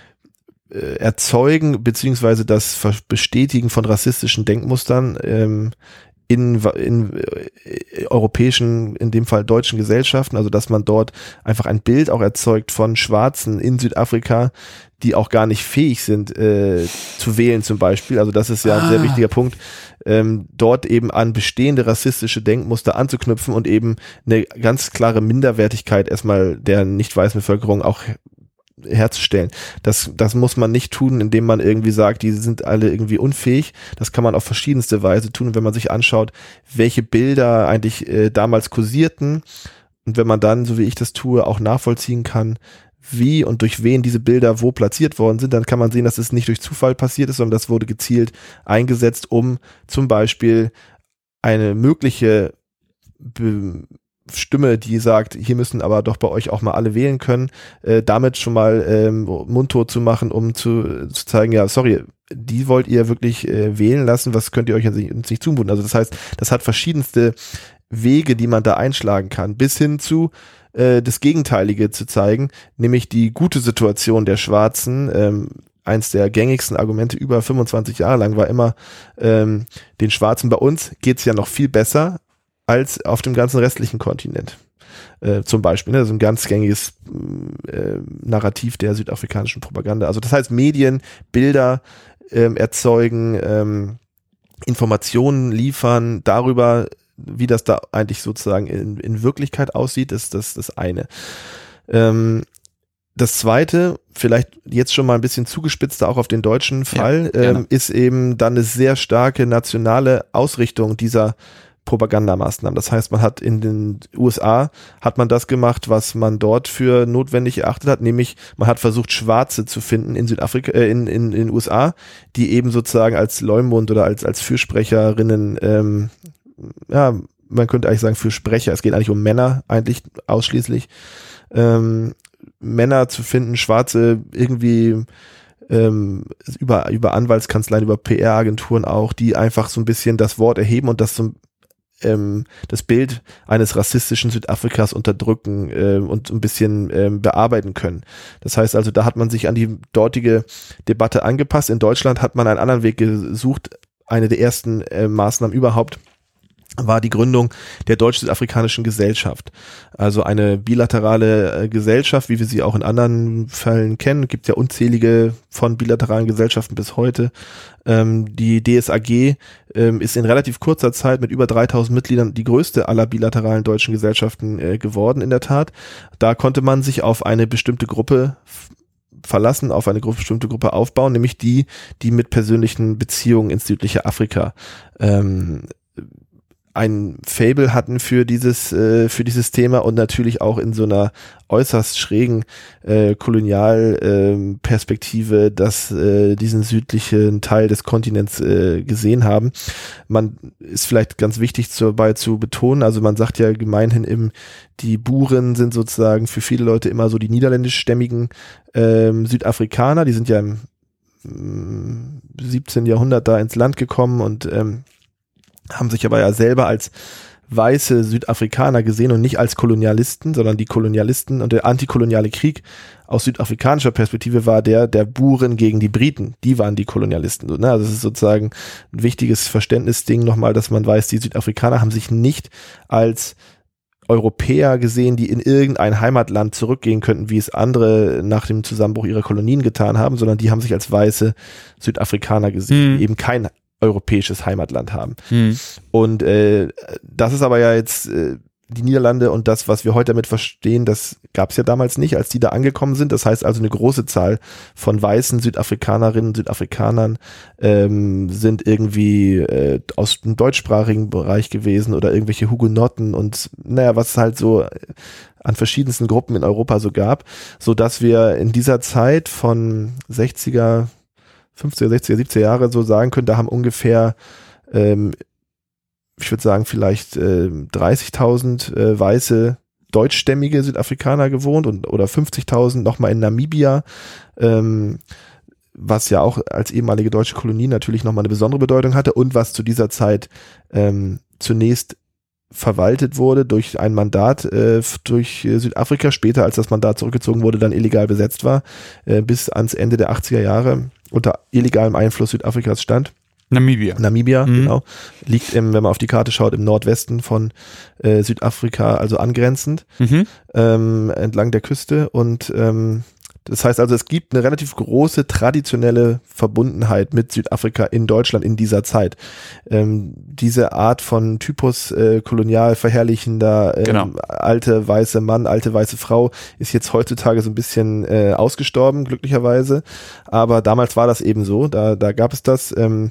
Speaker 2: Erzeugen beziehungsweise das Bestätigen von rassistischen Denkmustern ähm, in, in äh, europäischen, in dem Fall deutschen Gesellschaften, also dass man dort einfach ein Bild auch erzeugt von Schwarzen in Südafrika, die auch gar nicht fähig sind äh, zu wählen zum Beispiel. Also das ist ja ein
Speaker 1: ah.
Speaker 2: sehr wichtiger Punkt, ähm, dort eben an bestehende rassistische Denkmuster anzuknüpfen und eben eine ganz klare Minderwertigkeit erstmal der nicht weißen Bevölkerung auch herzustellen. Das, das muss man nicht tun, indem man irgendwie sagt, die sind alle irgendwie unfähig. Das kann man auf verschiedenste Weise tun. Und wenn man sich anschaut, welche Bilder eigentlich äh, damals kursierten und wenn man dann, so wie ich das tue, auch nachvollziehen kann, wie und durch wen diese Bilder wo platziert worden sind, dann kann man sehen, dass es nicht durch Zufall passiert ist, sondern das wurde gezielt eingesetzt, um zum Beispiel eine mögliche Be- Stimme, die sagt, hier müssen aber doch bei euch auch mal alle wählen können, äh, damit schon mal ähm, mundtot zu machen, um zu, zu zeigen, ja, sorry, die wollt ihr wirklich äh, wählen lassen, was könnt ihr euch uns nicht, nicht zumuten. Also das heißt, das hat verschiedenste Wege, die man da einschlagen kann, bis hin zu äh, das Gegenteilige zu zeigen, nämlich die gute Situation der Schwarzen. Ähm, eins der gängigsten Argumente über fünfundzwanzig Jahre lang war immer, ähm, den Schwarzen bei uns geht's ja noch viel besser als auf dem ganzen restlichen Kontinent. Äh, zum Beispiel, ne, so ein ganz gängiges äh, Narrativ der südafrikanischen Propaganda. Also das heißt, Medien, Bilder ähm, erzeugen, ähm, Informationen liefern darüber, wie das da eigentlich sozusagen in, in Wirklichkeit aussieht, ist das das eine. Ähm, das zweite, vielleicht jetzt schon mal ein bisschen zugespitzter auch auf den deutschen Fall, ja, ähm, ist eben dann eine sehr starke nationale Ausrichtung dieser Propagandamaßnahmen. Das heißt, man hat in den U S A hat man das gemacht, was man dort für notwendig erachtet hat, nämlich man hat versucht, Schwarze zu finden in Südafrika, äh, in, in, in den U S A, die eben sozusagen als Leumund oder als, als Fürsprecherinnen, ähm, ja, man könnte eigentlich sagen Fürsprecher, es geht eigentlich um Männer, eigentlich ausschließlich, ähm, Männer zu finden, Schwarze irgendwie ähm, über, über Anwaltskanzleien, über P R-Agenturen auch, die einfach so ein bisschen das Wort erheben und das so ähm, das Bild eines rassistischen Südafrikas unterdrücken äh, und ein bisschen ähm, bearbeiten können. Das heißt also, da hat man sich an die dortige Debatte angepasst. In Deutschland hat man einen anderen Weg gesucht. Eine der ersten äh, Maßnahmen überhaupt war die Gründung der Deutsch-Südafrikanischen Gesellschaft. Also eine bilaterale äh, Gesellschaft, wie wir sie auch in anderen Fällen kennen. Es gibt ja unzählige von bilateralen Gesellschaften bis heute. Ähm, die D S A G ähm, ist in relativ kurzer Zeit mit über dreitausend Mitgliedern die größte aller bilateralen deutschen Gesellschaften äh, geworden, in der Tat. Da konnte man sich auf eine bestimmte Gruppe verlassen, auf eine bestimmte Gruppe aufbauen, nämlich die, die mit persönlichen Beziehungen ins südliche Afrika ähm, ein Faible hatten für dieses äh, für dieses Thema und natürlich auch in so einer äußerst schrägen äh, Kolonialperspektive äh, das äh, diesen südlichen Teil des Kontinents äh, gesehen haben. Man ist vielleicht ganz wichtig dabei zu betonen, also man sagt ja gemeinhin im, die Buren sind sozusagen für viele Leute immer so die niederländischstämmigen ähm, Südafrikaner, die sind ja im mm, siebzehnten Jahrhundert da ins Land gekommen und ähm, haben sich aber ja selber als weiße Südafrikaner gesehen und nicht als Kolonialisten, sondern die Kolonialisten und der antikoloniale Krieg aus südafrikanischer Perspektive war der der Buren gegen die Briten. Die waren die Kolonialisten. Also das ist sozusagen ein wichtiges Verständnisding nochmal, dass man weiß, die Südafrikaner haben sich nicht als Europäer gesehen, die in irgendein Heimatland zurückgehen könnten, wie es andere nach dem Zusammenbruch ihrer Kolonien getan haben, sondern die haben sich als weiße Südafrikaner gesehen,
Speaker 1: hm.
Speaker 2: die eben kein europäisches Heimatland haben.
Speaker 1: Hm.
Speaker 2: Und äh, das ist aber ja jetzt äh, die Niederlande und das, was wir heute damit verstehen, das gab es ja damals nicht, als die da angekommen sind. Das heißt also, eine große Zahl von weißen Südafrikanerinnen und Südafrikanern ähm, sind irgendwie äh, aus dem deutschsprachigen Bereich gewesen oder irgendwelche Hugenotten und naja, was es halt so an verschiedensten Gruppen in Europa so gab, so dass wir in dieser Zeit von sechziger, fünfziger, sechziger, siebziger Jahre so sagen können, da haben ungefähr, ähm, ich würde sagen, vielleicht äh, dreißigtausend äh, weiße deutschstämmige Südafrikaner gewohnt und oder fünfzigtausend nochmal in Namibia, ähm, was ja auch als ehemalige deutsche Kolonie natürlich nochmal eine besondere Bedeutung hatte und was zu dieser Zeit ähm, zunächst verwaltet wurde durch ein Mandat äh, durch Südafrika, später als das Mandat zurückgezogen wurde, dann illegal besetzt war, äh, bis ans Ende der achtziger Jahre unter illegalem Einfluss Südafrikas stand.
Speaker 1: Namibia.
Speaker 2: Namibia,
Speaker 1: mhm.
Speaker 2: genau. Liegt, im, wenn man auf die Karte schaut, im Nordwesten von äh, Südafrika, also angrenzend,
Speaker 1: Mhm.
Speaker 2: ähm, entlang der Küste. Und ähm, das heißt also, es gibt eine relativ große traditionelle Verbundenheit mit Südafrika in Deutschland in dieser Zeit. Ähm, diese Art von Typus äh, kolonial verherrlichender ähm,
Speaker 1: Genau.
Speaker 2: alte weiße Mann, alte weiße Frau ist jetzt heutzutage so ein bisschen äh, ausgestorben, glücklicherweise. Aber damals war das eben so, da, da gab es das. Ähm,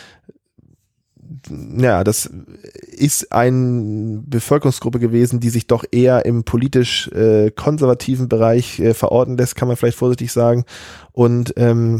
Speaker 2: ja, das ist eine Bevölkerungsgruppe gewesen, die sich doch eher im politisch äh, konservativen Bereich äh, verorten lässt, kann man vielleicht vorsichtig sagen, und ähm,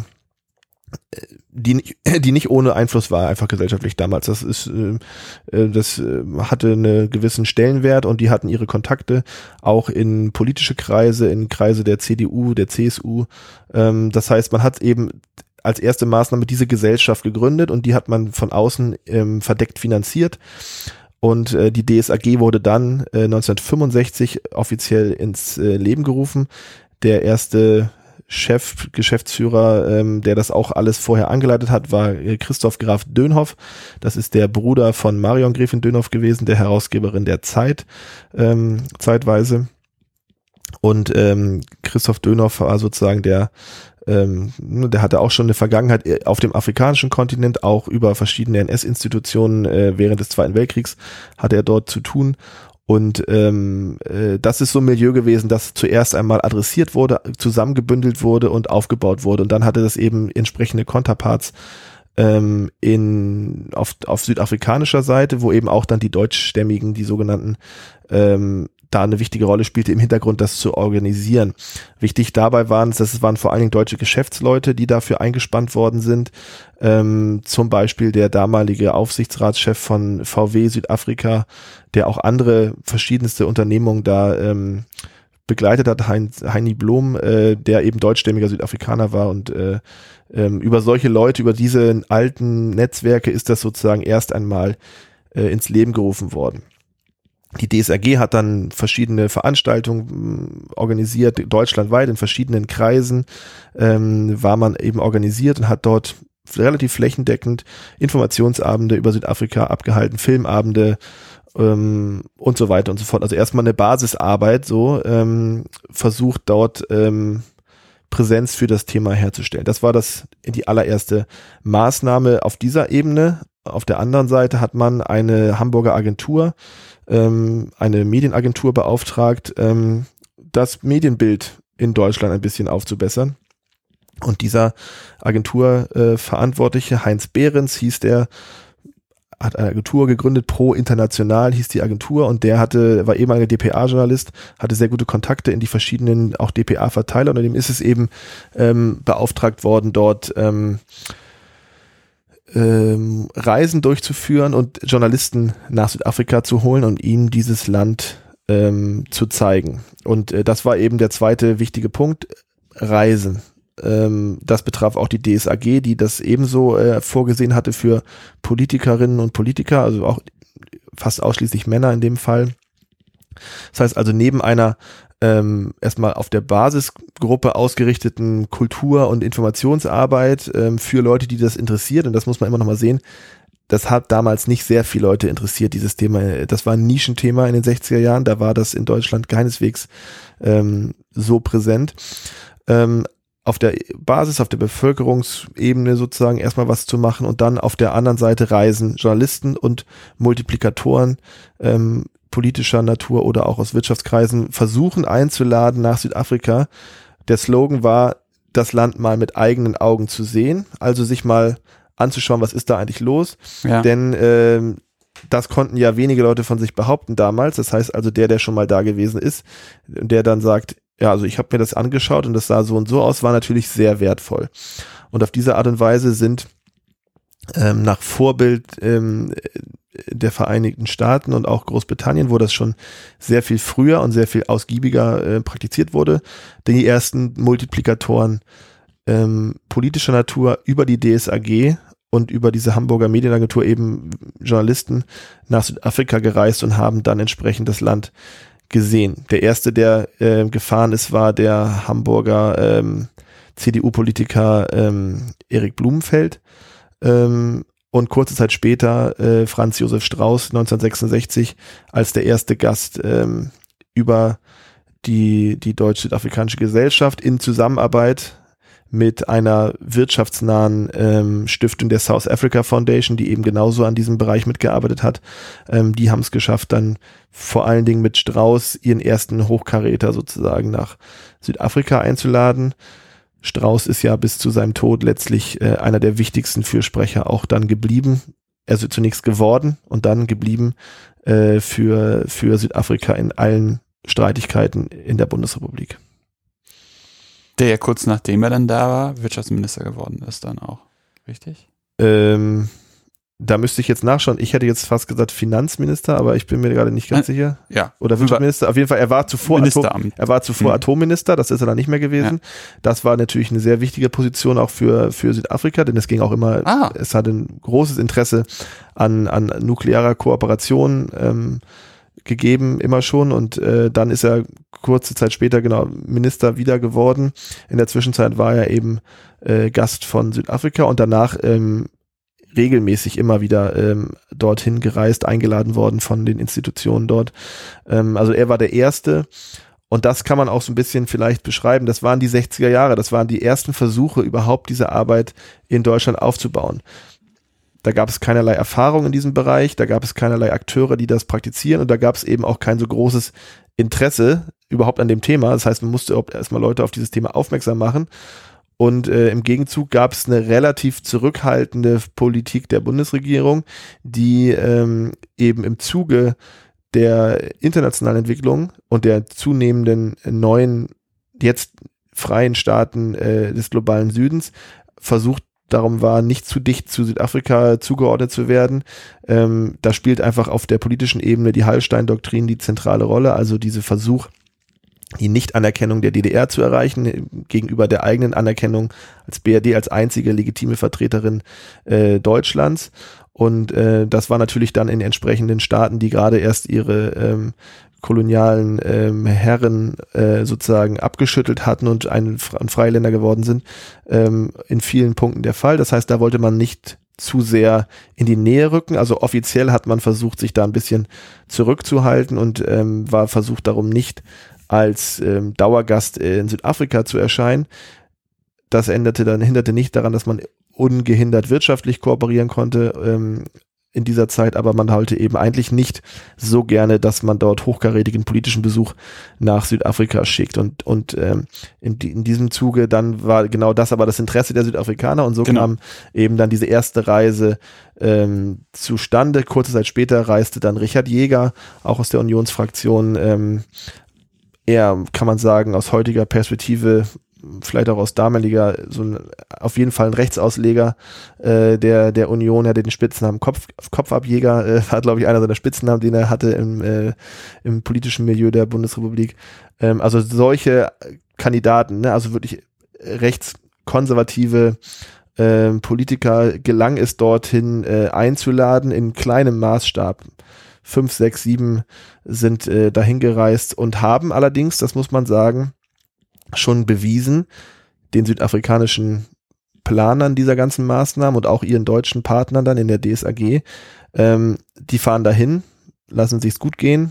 Speaker 2: die, die nicht ohne Einfluss war, einfach gesellschaftlich damals. Das ist, äh, das äh, hatte einen gewissen Stellenwert und die hatten ihre Kontakte auch in politische Kreise, in Kreise der C D U, der C S U. Ähm, das heißt, man hat eben als erste Maßnahme diese Gesellschaft gegründet und die hat man von außen ähm, verdeckt finanziert. Und äh, die D S A G wurde dann äh, neunzehnhundertfünfundsechzig offiziell ins äh, Leben gerufen. Der erste Chef, Geschäftsführer, ähm, der das auch alles vorher angeleitet hat, war äh, Christoph Graf Dönhoff. Das ist der Bruder von Marion Gräfin Dönhoff gewesen, der Herausgeberin der Zeit, ähm, zeitweise. Und ähm, Christoph Dönhoff war sozusagen der Ähm, der hatte auch schon eine Vergangenheit auf dem afrikanischen Kontinent, auch über verschiedene N S-Institutionen äh, während des Zweiten Weltkriegs hatte er dort zu tun. Und ähm, äh, das ist so ein Milieu gewesen, das zuerst einmal adressiert wurde, zusammengebündelt wurde und aufgebaut wurde. Und dann hatte das eben entsprechende Counterparts ähm, in auf, auf südafrikanischer Seite, wo eben auch dann die deutschstämmigen, die sogenannten ähm, da eine wichtige Rolle spielte im Hintergrund, das zu organisieren. Wichtig dabei waren es, das waren vor allen Dingen deutsche Geschäftsleute, die dafür eingespannt worden sind. Ähm, zum Beispiel der damalige Aufsichtsratschef von V W Südafrika, der auch andere verschiedenste Unternehmungen da ähm, begleitet hat, hein, Heini Blom, äh, der eben deutschstämmiger Südafrikaner war. Und äh, ähm, über solche Leute, über diese alten Netzwerke ist das sozusagen erst einmal äh, ins Leben gerufen worden. Die D S A G hat dann verschiedene Veranstaltungen organisiert, deutschlandweit in verschiedenen Kreisen ähm, war man eben organisiert und hat dort relativ flächendeckend Informationsabende über Südafrika abgehalten, Filmabende ähm, und so weiter und so fort. Also erstmal eine Basisarbeit, so ähm, versucht dort ähm, Präsenz für das Thema herzustellen. Das war das die allererste Maßnahme auf dieser Ebene. Auf der anderen Seite hat man eine Hamburger Agentur, ähm, eine Medienagentur beauftragt, ähm, das Medienbild in Deutschland ein bisschen aufzubessern. Und dieser Agenturverantwortliche, äh, Heinz Behrens hieß der, hat eine Agentur gegründet, Pro International hieß die Agentur, und der hatte, war ehemaliger D P A-Journalist, hatte sehr gute Kontakte in die verschiedenen auch D P A-Verteiler, und dem ist es eben ähm, beauftragt worden, dort ähm, ähm, Reisen durchzuführen und Journalisten nach Südafrika zu holen und ihnen dieses Land ähm, zu zeigen. Und äh, das war eben der zweite wichtige Punkt, Reisen. Ähm, das betraf auch die D S A G, die das ebenso äh, vorgesehen hatte für Politikerinnen und Politiker, also auch fast ausschließlich Männer in dem Fall. Das heißt also, neben einer ähm, erstmal auf der Basisgruppe ausgerichteten Kultur- und Informationsarbeit ähm, für Leute, die das interessiert, und das muss man immer noch mal sehen, das hat damals nicht sehr viele Leute interessiert, dieses Thema. Das war ein Nischenthema in den sechziger Jahren, da war das in Deutschland keineswegs ähm, so präsent. Ähm, auf der Basis, auf der Bevölkerungsebene sozusagen erstmal was zu machen und dann auf der anderen Seite reisen Journalisten und Multiplikatoren ähm, politischer Natur oder auch aus Wirtschaftskreisen versuchen einzuladen nach Südafrika. Der Slogan war, das Land mal mit eigenen Augen zu sehen, also sich mal anzuschauen, was ist da eigentlich los. Ja. Denn ähm, das konnten ja wenige Leute von sich behaupten damals. Das heißt also, der, der schon mal da gewesen ist, der dann sagt, ja, also ich habe mir das angeschaut und das sah so und so aus, war natürlich sehr wertvoll. Und auf diese Art und Weise sind ähm, nach Vorbild ähm, der Vereinigten Staaten und auch Großbritannien, wo das schon sehr viel früher und sehr viel ausgiebiger äh, praktiziert wurde, die ersten Multiplikatoren ähm, politischer Natur über die D S A G und über diese Hamburger Medienagentur eben Journalisten nach Südafrika gereist und haben dann entsprechend das Land gesehen. Der erste, der äh, gefahren ist, war der Hamburger ähm, C D U-Politiker ähm, Erik Blumenfeld ähm, und kurze Zeit später äh, Franz Josef Strauß neunzehnhundertsechsundsechzig als der erste Gast ähm, über die, die Deutsch-Südafrikanische Gesellschaft in Zusammenarbeit mit einer wirtschaftsnahen ähm, Stiftung der South Africa Foundation, die eben genauso an diesem Bereich mitgearbeitet hat. Ähm, die haben es geschafft, dann vor allen Dingen mit Strauß ihren ersten Hochkaräter sozusagen nach Südafrika einzuladen. Strauß ist ja bis zu seinem Tod letztlich äh, einer der wichtigsten Fürsprecher auch dann geblieben, also zunächst geworden und dann geblieben äh, für, für Südafrika in allen Streitigkeiten in der Bundesrepublik.
Speaker 1: Der ja kurz nachdem er dann da war, Wirtschaftsminister geworden ist dann auch, richtig?
Speaker 2: Ähm, da müsste ich jetzt nachschauen. Ich hätte jetzt fast gesagt Finanzminister, aber ich bin mir gerade nicht ganz äh, sicher.
Speaker 1: Ja.
Speaker 2: Oder Wirtschaftsminister. Auf jeden Fall, er war zuvor, Atom, er war zuvor mhm. Atomminister, das ist er dann nicht mehr gewesen. Ja. Das war natürlich eine sehr wichtige Position auch für, für Südafrika, denn es ging auch immer, ah. es hatte ein großes Interesse an, an nuklearer Kooperation ähm, gegeben, immer schon, und äh, dann ist er kurze Zeit später genau Minister wieder geworden. In der Zwischenzeit war er eben äh, Gast von Südafrika und danach ähm, regelmäßig immer wieder ähm, dorthin gereist, eingeladen worden von den Institutionen dort. Ähm, also er war der Erste, und das kann man auch so ein bisschen vielleicht beschreiben. Das waren die sechziger Jahre, das waren die ersten Versuche, überhaupt diese Arbeit in Deutschland aufzubauen. Da gab es keinerlei Erfahrung in diesem Bereich, da gab es keinerlei Akteure, die das praktizieren, und da gab es eben auch kein so großes Interesse überhaupt an dem Thema. Das heißt, man musste erstmal Leute auf dieses Thema aufmerksam machen, und äh, im Gegenzug gab es eine relativ zurückhaltende Politik der Bundesregierung, die ähm, eben im Zuge der internationalen Entwicklung und der zunehmenden neuen, jetzt freien Staaten äh, des globalen Südens versucht, darum war, nicht zu dicht zu Südafrika zugeordnet zu werden. Ähm, da spielt einfach auf der politischen Ebene die Hallstein-Doktrin die zentrale Rolle, also diese Versuch, die Nichtanerkennung der D D R zu erreichen, gegenüber der eigenen Anerkennung als B R D, als einzige legitime Vertreterin äh, Deutschlands. Und äh, das war natürlich dann in entsprechenden Staaten, die gerade erst ihre ähm, kolonialen ähm, Herren äh, sozusagen abgeschüttelt hatten und ein, ein Freiländer geworden sind, ähm, in vielen Punkten der Fall. Das heißt, da wollte man nicht zu sehr in die Nähe rücken. Also offiziell hat man versucht, sich da ein bisschen zurückzuhalten und ähm, war versucht darum, nicht als ähm, Dauergast in Südafrika zu erscheinen. Das änderte dann, hinderte nicht daran, dass man ungehindert wirtschaftlich kooperieren konnte ähm, in dieser Zeit, aber man wollte eben eigentlich nicht so gerne, dass man dort hochkarätigen politischen Besuch nach Südafrika schickt, und und ähm, in, die, in diesem Zuge dann war genau das aber das Interesse der Südafrikaner, und so genau. kam eben dann diese erste Reise ähm, zustande. Kurze Zeit später reiste dann Richard Jäger, auch aus der Unionsfraktion, ähm, er, kann man sagen, aus heutiger Perspektive, vielleicht auch aus damaliger, so ein, auf jeden Fall ein Rechtsausleger äh, der der Union, er hatte den Spitznamen Kopf, Kopfabjäger, äh, war glaube ich einer seiner Spitznamen, den er hatte im, äh, im politischen Milieu der Bundesrepublik. Ähm, also solche Kandidaten, ne, also wirklich rechtskonservative äh, Politiker gelang es dorthin äh, einzuladen in kleinem Maßstab. Fünf, sechs, sieben sind äh, dahin gereist und haben allerdings, das muss man sagen, schon bewiesen, den südafrikanischen Planern dieser ganzen Maßnahmen und auch ihren deutschen Partnern dann in der D S A G, ähm, die fahren dahin, lassen sich's gut gehen.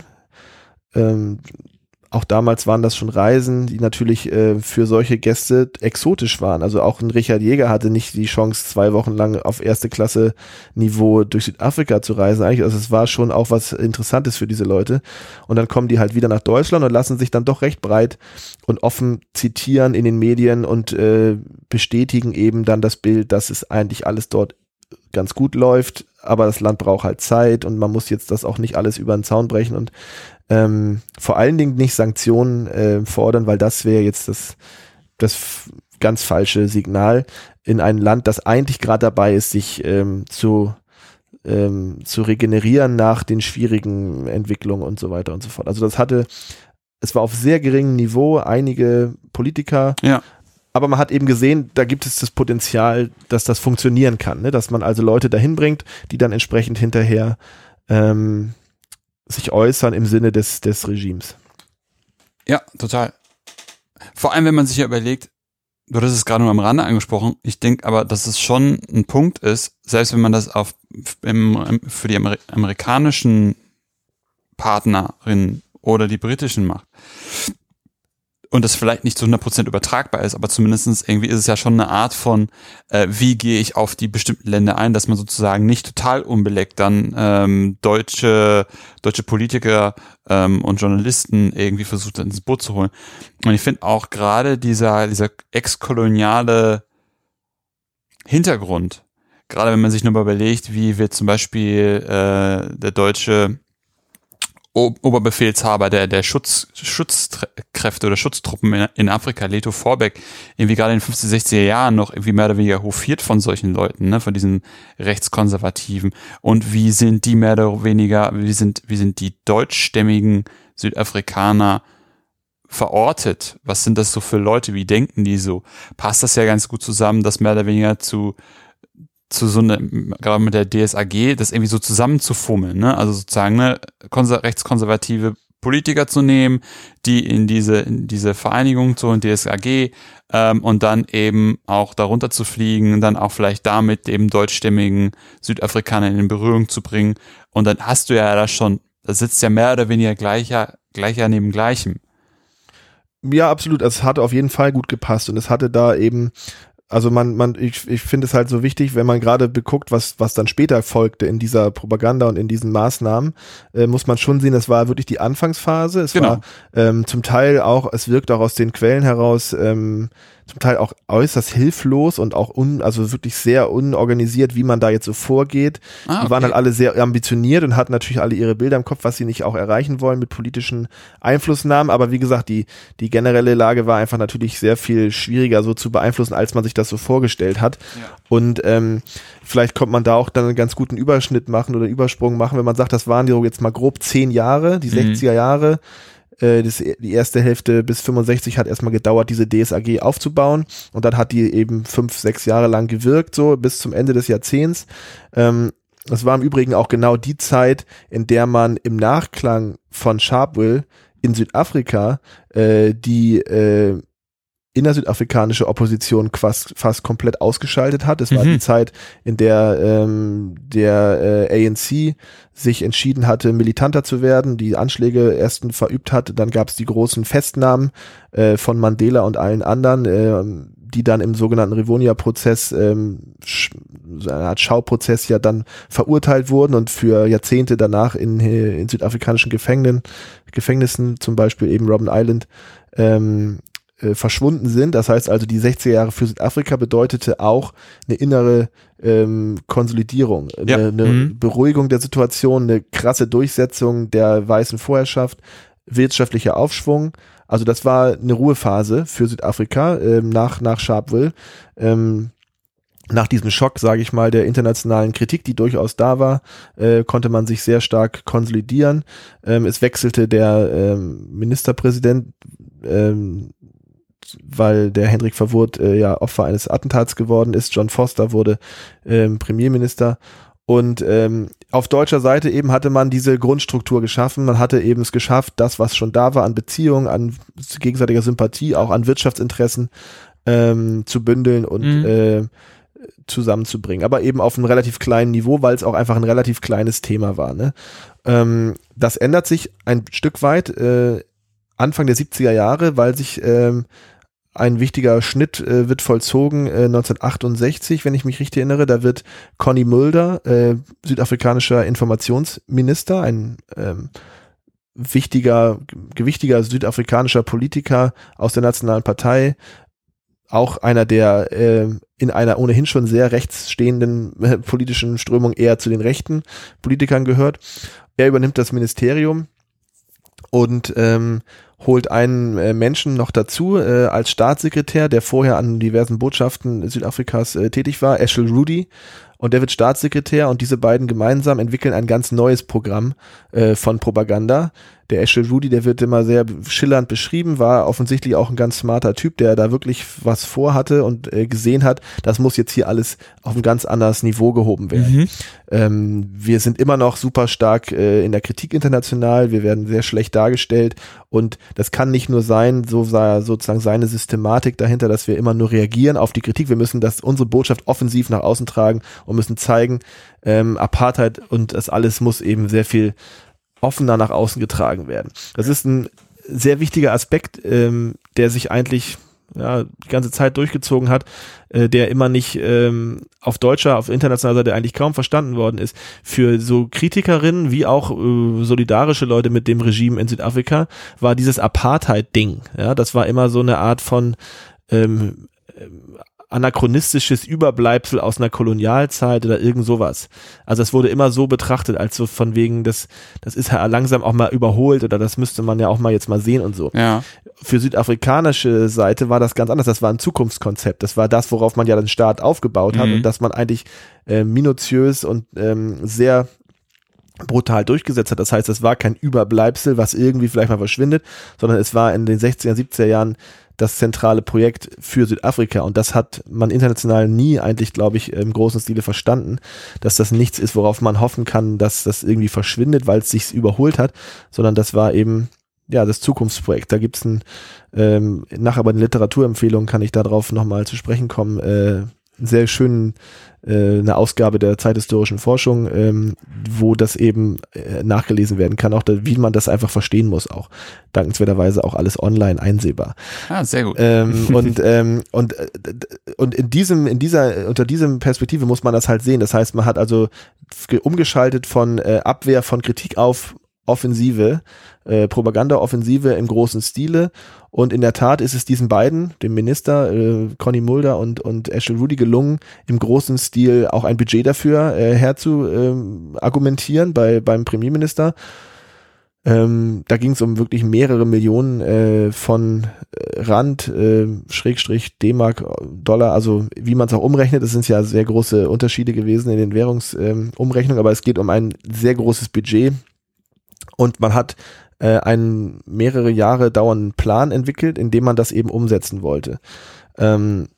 Speaker 2: Ähm, auch damals waren das schon Reisen, die natürlich äh, für solche Gäste exotisch waren. Also auch ein Richard Jäger hatte nicht die Chance, zwei Wochen lang auf erste Klasse Niveau durch Südafrika zu reisen. Eigentlich, also es war schon auch was Interessantes für diese Leute. Und dann kommen die halt wieder nach Deutschland und lassen sich dann doch recht breit und offen zitieren in den Medien und äh, bestätigen eben dann das Bild, dass es eigentlich alles dort ganz gut läuft, aber das Land braucht halt Zeit und man muss jetzt das auch nicht alles über den Zaun brechen und ähm, vor allen Dingen nicht Sanktionen äh, fordern, weil das wäre jetzt das, das f- ganz falsche Signal in ein Land, das eigentlich gerade dabei ist, sich ähm, zu ähm, zu regenerieren nach den schwierigen Entwicklungen und so weiter und so fort. Also das hatte, es war auf sehr geringem Niveau, einige Politiker,
Speaker 1: ja.
Speaker 2: aber man hat eben gesehen, da gibt es das Potenzial, dass das funktionieren kann, ne? Dass man also Leute dahin bringt, die dann entsprechend hinterher ähm, sich äußern im Sinne des, des Regimes.
Speaker 1: Ja, total. Vor allem, wenn man sich ja überlegt, du hast es gerade nur am Rande angesprochen, ich denke aber, dass es schon ein Punkt ist, selbst wenn man das auf im, für die Amer- amerikanischen Partnerinnen oder die britischen macht und das vielleicht nicht zu hundert Prozent übertragbar ist, aber zumindestens irgendwie ist es ja schon eine Art von, äh, wie gehe ich auf die bestimmten Länder ein, dass man sozusagen nicht total unbeleckt dann ähm, deutsche deutsche Politiker ähm, und Journalisten irgendwie versucht ins Boot zu holen. Und ich finde auch gerade dieser dieser exkoloniale Hintergrund, gerade wenn man sich nur mal überlegt, wie wird zum Beispiel äh, der deutsche Oberbefehlshaber der der Schutz, Schutzkräfte oder Schutztruppen in, in Afrika, Leto Vorbeck, irgendwie gerade in den fünfziger, sechziger Jahren noch irgendwie mehr oder weniger hofiert von solchen Leuten, ne, von diesen Rechtskonservativen. Und wie sind die mehr oder weniger, wie sind wie sind die deutschstämmigen Südafrikaner verortet? Was sind das so für Leute? Wie denken die so? Passt das ja ganz gut zusammen, das mehr oder weniger zu zu so eine, gerade mit der D S A G, das irgendwie so zusammenzufummeln, ne? Also sozusagen, ne, konser- rechtskonservative Politiker zu nehmen, die in diese, in diese Vereinigung zu D S A G, ähm, und dann eben auch darunter zu fliegen, dann auch vielleicht damit eben deutschstämmigen Südafrikaner in Berührung zu bringen. Und dann hast du ja da schon, da sitzt ja mehr oder weniger gleicher, gleicher neben gleichem.
Speaker 2: Ja, absolut. Es hatte auf jeden Fall gut gepasst und es hatte da eben Also man, man, ich, ich finde es halt so wichtig, wenn man gerade beguckt, was, was dann später folgte in dieser Propaganda und in diesen Maßnahmen, äh, muss man schon sehen, es war wirklich die Anfangsphase. Es
Speaker 1: Genau.
Speaker 2: war ähm, zum Teil auch, es wirkt auch aus den Quellen heraus, ähm, zum Teil auch äußerst hilflos und auch un, also wirklich sehr unorganisiert, wie man da jetzt so vorgeht.
Speaker 1: Ah,
Speaker 2: Die waren
Speaker 1: okay.
Speaker 2: halt alle sehr ambitioniert und hatten natürlich alle ihre Bilder im Kopf, was sie nicht auch erreichen wollen mit politischen Einflussnahmen. Aber wie gesagt, die, die generelle Lage war einfach natürlich sehr viel schwieriger so zu beeinflussen, als man sich das so vorgestellt hat.
Speaker 1: Ja.
Speaker 2: Und ähm, vielleicht kommt man da auch dann einen ganz guten Überschnitt machen oder Übersprung machen, wenn man sagt, das waren die jetzt mal grob zehn Jahre, die
Speaker 1: Mhm.
Speaker 2: sechziger Jahre. Das, die erste Hälfte bis fünfundsechzig hat erstmal gedauert, diese D S A G aufzubauen, und dann hat die eben fünf, sechs Jahre lang gewirkt, so bis zum Ende des Jahrzehnts. Ähm, das war im Übrigen auch genau die Zeit, in der man im Nachklang von Sharpeville in Südafrika äh, die äh, innersüdafrikanische Opposition fast, fast komplett ausgeschaltet hat. Es war
Speaker 1: Mhm.
Speaker 2: die Zeit, in der ähm, der äh, A N C sich entschieden hatte, militanter zu werden, die Anschläge erst verübt hatte. Dann gab es die großen Festnahmen äh, von Mandela und allen anderen, äh, die dann im sogenannten Rivonia-Prozess, ähm, so eine Art Schauprozess, ja dann verurteilt wurden und für Jahrzehnte danach in, in südafrikanischen Gefängnissen, Gefängnissen, zum Beispiel eben Robben Island, ähm, äh, verschwunden sind. Das heißt also, die sechziger Jahre für Südafrika bedeutete auch eine innere ähm, Konsolidierung, eine,
Speaker 1: Ja.
Speaker 2: eine
Speaker 1: Mhm.
Speaker 2: Beruhigung der Situation, eine krasse Durchsetzung der weißen Vorherrschaft, wirtschaftlicher Aufschwung. Also das war eine Ruhephase für Südafrika ähm, nach, nach Sharpeville. Ähm, nach diesem Schock, sage ich mal, der internationalen Kritik, die durchaus da war, äh, konnte man sich sehr stark konsolidieren. Ähm, es wechselte der ähm, Ministerpräsident, ähm, weil der Hendrik Verwoerd äh, ja Opfer eines Attentats geworden ist. John Foster wurde ähm, Premierminister. Und ähm, auf deutscher Seite eben hatte man diese Grundstruktur geschaffen. Man hatte eben es geschafft, das, was schon da war an Beziehungen, an gegenseitiger Sympathie, auch an Wirtschaftsinteressen ähm, zu bündeln und
Speaker 1: Mhm.
Speaker 2: äh, zusammenzubringen. Aber eben auf einem relativ kleinen Niveau, weil es auch einfach ein relativ kleines Thema war. Ne? Ähm, das ändert sich ein Stück weit äh, Anfang der siebziger Jahre, weil sich ähm, ein wichtiger Schnitt äh, wird vollzogen äh, neunzehnhundertachtundsechzig, wenn ich mich richtig erinnere. Da wird Connie Mulder, äh, südafrikanischer Informationsminister, ein ähm, wichtiger, gewichtiger südafrikanischer Politiker aus der Nationalen Partei, auch einer, der äh, in einer ohnehin schon sehr rechts stehenden äh, politischen Strömung eher zu den rechten Politikern gehört. Er übernimmt das Ministerium und ähm, holt einen äh, Menschen noch dazu äh, als Staatssekretär, der vorher an diversen Botschaften Südafrikas äh, tätig war, Eshel Rudy, und der wird Staatssekretär, und diese beiden gemeinsam entwickeln ein ganz neues Programm äh, von Propaganda, der Eshel Rudi, der wird immer sehr schillernd beschrieben, war offensichtlich auch ein ganz smarter Typ, der da wirklich was vorhatte und äh, gesehen hat, das muss jetzt hier alles auf ein ganz anderes Niveau gehoben werden. Mhm. Ähm, wir sind immer noch super stark äh, in der Kritik international, wir werden sehr schlecht dargestellt und das kann nicht nur sein, so war sozusagen seine Systematik dahinter, dass wir immer nur reagieren auf die Kritik, wir müssen das unsere Botschaft offensiv nach außen tragen und müssen zeigen, ähm, Apartheid und das alles muss eben sehr viel offener nach außen getragen werden. Das ist ein sehr wichtiger Aspekt, ähm, der sich eigentlich ja, die ganze Zeit durchgezogen hat, äh, der immer nicht ähm, auf deutscher, auf internationaler Seite eigentlich kaum verstanden worden ist. Für so Kritikerinnen wie auch äh, solidarische Leute mit dem Regime in Südafrika war dieses Apartheid-Ding, ja, das war immer so eine Art von ähm, anachronistisches Überbleibsel aus einer Kolonialzeit oder irgend sowas. Also es wurde immer so betrachtet, als so von wegen, das, das ist ja langsam auch mal überholt oder das müsste man ja auch mal jetzt mal sehen und so.
Speaker 1: Ja.
Speaker 2: Für südafrikanische Seite war das ganz anders. Das war ein Zukunftskonzept. Das war das, worauf man ja den Staat aufgebaut hat mhm. und dass man eigentlich äh, minutiös und ähm, sehr brutal durchgesetzt hat. Das heißt, es war kein Überbleibsel, was irgendwie vielleicht mal verschwindet, sondern es war in den sechziger, siebziger Jahren das zentrale Projekt für Südafrika und das hat man international nie eigentlich, glaube ich, im großen Stile verstanden, dass das nichts ist, worauf man hoffen kann, dass das irgendwie verschwindet, weil es sich überholt hat, sondern das war eben ja das Zukunftsprojekt. Da gibt es ein, ähm, nachher bei den Literaturempfehlungen kann ich darauf nochmal zu sprechen kommen, äh, sehr schönen äh, eine Ausgabe der zeithistorischen Forschung, ähm, wo das eben äh, nachgelesen werden kann, auch da, wie man das einfach verstehen muss, auch dankenswerterweise auch alles online einsehbar.
Speaker 1: Ah, sehr gut.
Speaker 2: Ähm, und ähm, und und in diesem in dieser unter diesem Perspektive muss man das halt sehen. Das heißt, man hat also umgeschaltet von äh, Abwehr von Kritik auf Offensive, äh, Propaganda-Offensive im großen Stile. Und in der Tat ist es diesen beiden, dem Minister äh, Connie Mulder und und Eshel Rudi gelungen, im großen Stil auch ein Budget dafür äh, herzu äh, argumentieren bei beim Premierminister. Ähm, da ging es um wirklich mehrere Millionen äh, von äh, Rand, äh, Schrägstrich, D-Mark, Dollar, also wie man es auch umrechnet, es sind ja sehr große Unterschiede gewesen in den Währungsumrechnungen, ähm, aber es geht um ein sehr großes Budget und man hat äh, einen mehrere Jahre dauernden Plan entwickelt, in dem man das eben umsetzen wollte. Ähm,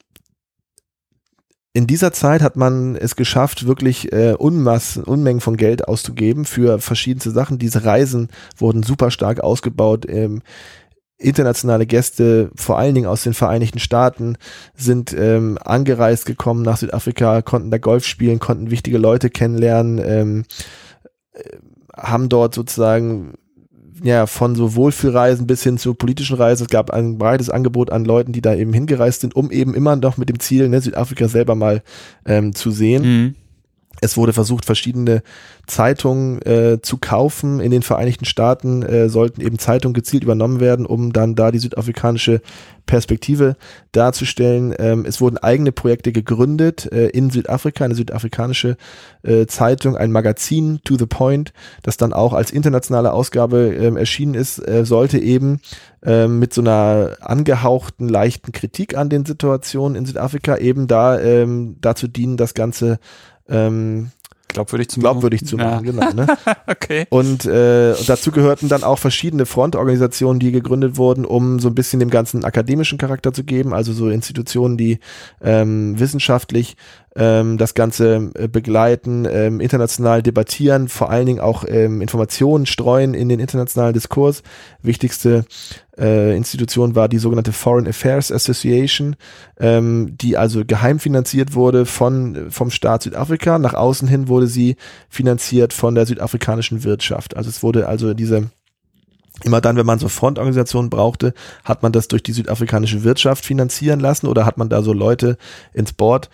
Speaker 2: In dieser Zeit hat man es geschafft, wirklich äh, Unmassen, Unmengen von Geld auszugeben für verschiedenste Sachen. Diese Reisen wurden super stark ausgebaut. Ähm, internationale Gäste, vor allen Dingen aus den Vereinigten Staaten, sind ähm, angereist gekommen nach Südafrika, konnten da Golf spielen, konnten wichtige Leute kennenlernen, ähm, äh, haben dort sozusagen ja, von so Wohlfühlreisen bis hin zu politischen Reisen. Es gab ein breites Angebot an Leuten, die da eben hingereist sind, um eben immer noch mit dem Ziel, ne, Südafrika selber mal ähm, zu sehen. Mhm. Es wurde versucht, verschiedene Zeitungen äh, zu kaufen. In den Vereinigten Staaten äh, sollten eben Zeitungen gezielt übernommen werden, um dann da die südafrikanische Perspektive darzustellen. Ähm, es wurden eigene Projekte gegründet äh, in Südafrika, eine südafrikanische äh, Zeitung, ein Magazin, To the Point, das dann auch als internationale Ausgabe äh, erschienen ist, äh, sollte eben äh, mit so einer angehauchten, leichten Kritik an den Situationen in Südafrika eben da ähm, dazu dienen, das Ganze Ähm,
Speaker 1: glaubwürdig zu
Speaker 2: glaubwürdig
Speaker 1: machen.
Speaker 2: zu machen, ja. Genau. Ne?
Speaker 1: Okay.
Speaker 2: Und äh, dazu gehörten dann auch verschiedene Frontorganisationen, die gegründet wurden, um so ein bisschen dem ganzen akademischen Charakter zu geben, also so Institutionen, die ähm, wissenschaftlich ähm, das Ganze äh, begleiten, ähm, international debattieren, vor allen Dingen auch ähm, Informationen streuen in den internationalen Diskurs. Wichtigste äh, Institution war die sogenannte Foreign Affairs Association, ähm, die also geheim finanziert wurde von vom Staat Südafrika. Nach außen hin wurde sie finanziert von der südafrikanischen Wirtschaft. Also es wurde also diese immer dann, wenn man so Frontorganisationen brauchte, hat man das durch die südafrikanische Wirtschaft finanzieren lassen oder hat man da so Leute ins Board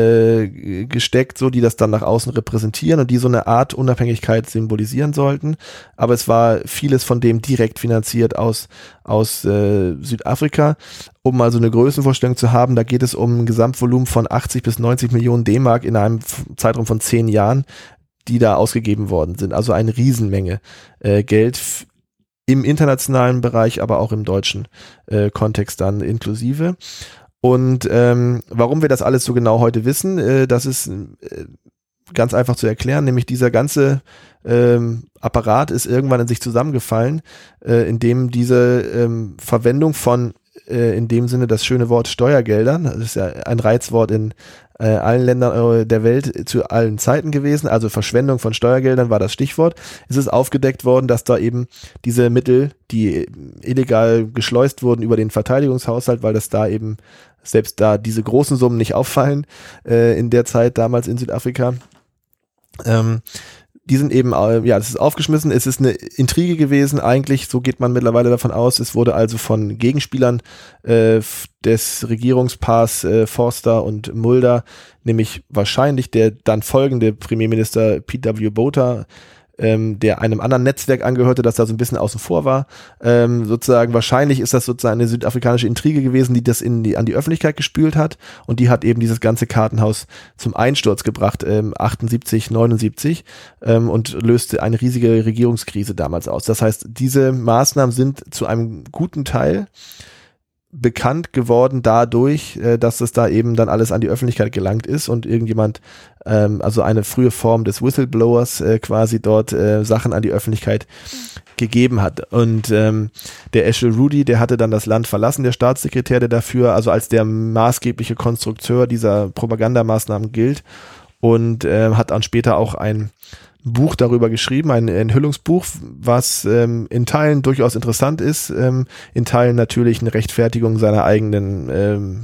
Speaker 2: äh, gesteckt, so die das dann nach außen repräsentieren und die so eine Art Unabhängigkeit symbolisieren sollten. Aber es war vieles von dem direkt finanziert aus aus äh, Südafrika. Um mal so eine Größenvorstellung zu haben, da geht es um ein Gesamtvolumen von achtzig bis neunzig Millionen D-Mark in einem Zeitraum von zehn Jahren, die da ausgegeben worden sind. Also eine Riesenmenge äh, Geld f- im internationalen Bereich, aber auch im deutschen äh, Kontext dann inklusive. Und ähm, warum wir das alles so genau heute wissen, äh, das ist äh, ganz einfach zu erklären, nämlich dieser ganze ähm, Apparat ist irgendwann in sich zusammengefallen, äh, indem diese ähm, Verwendung von äh, in dem Sinne das schöne Wort Steuergeldern, das ist ja ein Reizwort in äh, allen Ländern der Welt zu allen Zeiten gewesen, also Verschwendung von Steuergeldern war das Stichwort. Es ist aufgedeckt worden, dass da eben diese Mittel, die illegal geschleust wurden über den Verteidigungshaushalt, weil das da eben selbst da diese großen Summen nicht auffallen äh, in der Zeit damals in Südafrika, ähm, die sind eben, ja, das ist aufgeschmissen, es ist eine Intrige gewesen eigentlich, so geht man mittlerweile davon aus, es wurde also von Gegenspielern äh, des Regierungspaars äh, Forster und Mulder, nämlich wahrscheinlich der dann folgende Premierminister P W Botha, ähm, der einem anderen Netzwerk angehörte, das da so ein bisschen außen vor war, ähm, sozusagen, wahrscheinlich ist das sozusagen eine südafrikanische Intrige gewesen, die das in die, an die Öffentlichkeit gespült hat und die hat eben dieses ganze Kartenhaus zum Einsturz gebracht, ähm, achtundsiebzig, neunundsiebzig ähm, und löste eine riesige Regierungskrise damals aus. Das heißt, diese Maßnahmen sind zu einem guten Teil bekannt geworden dadurch, äh, dass es da eben dann alles an die Öffentlichkeit gelangt ist und irgendjemand, ähm, also eine frühe Form des Whistleblowers äh, quasi dort äh, Sachen an die Öffentlichkeit gegeben hat. Und ähm, der Eshel Rudy, der hatte dann das Land verlassen, der Staatssekretär, der dafür, also als der maßgebliche Konstrukteur dieser Propagandamaßnahmen gilt und äh, hat dann später auch ein Buch darüber geschrieben, ein Enthüllungsbuch, was ähm, in Teilen durchaus interessant ist, ähm, in Teilen natürlich eine Rechtfertigung seiner eigenen ähm,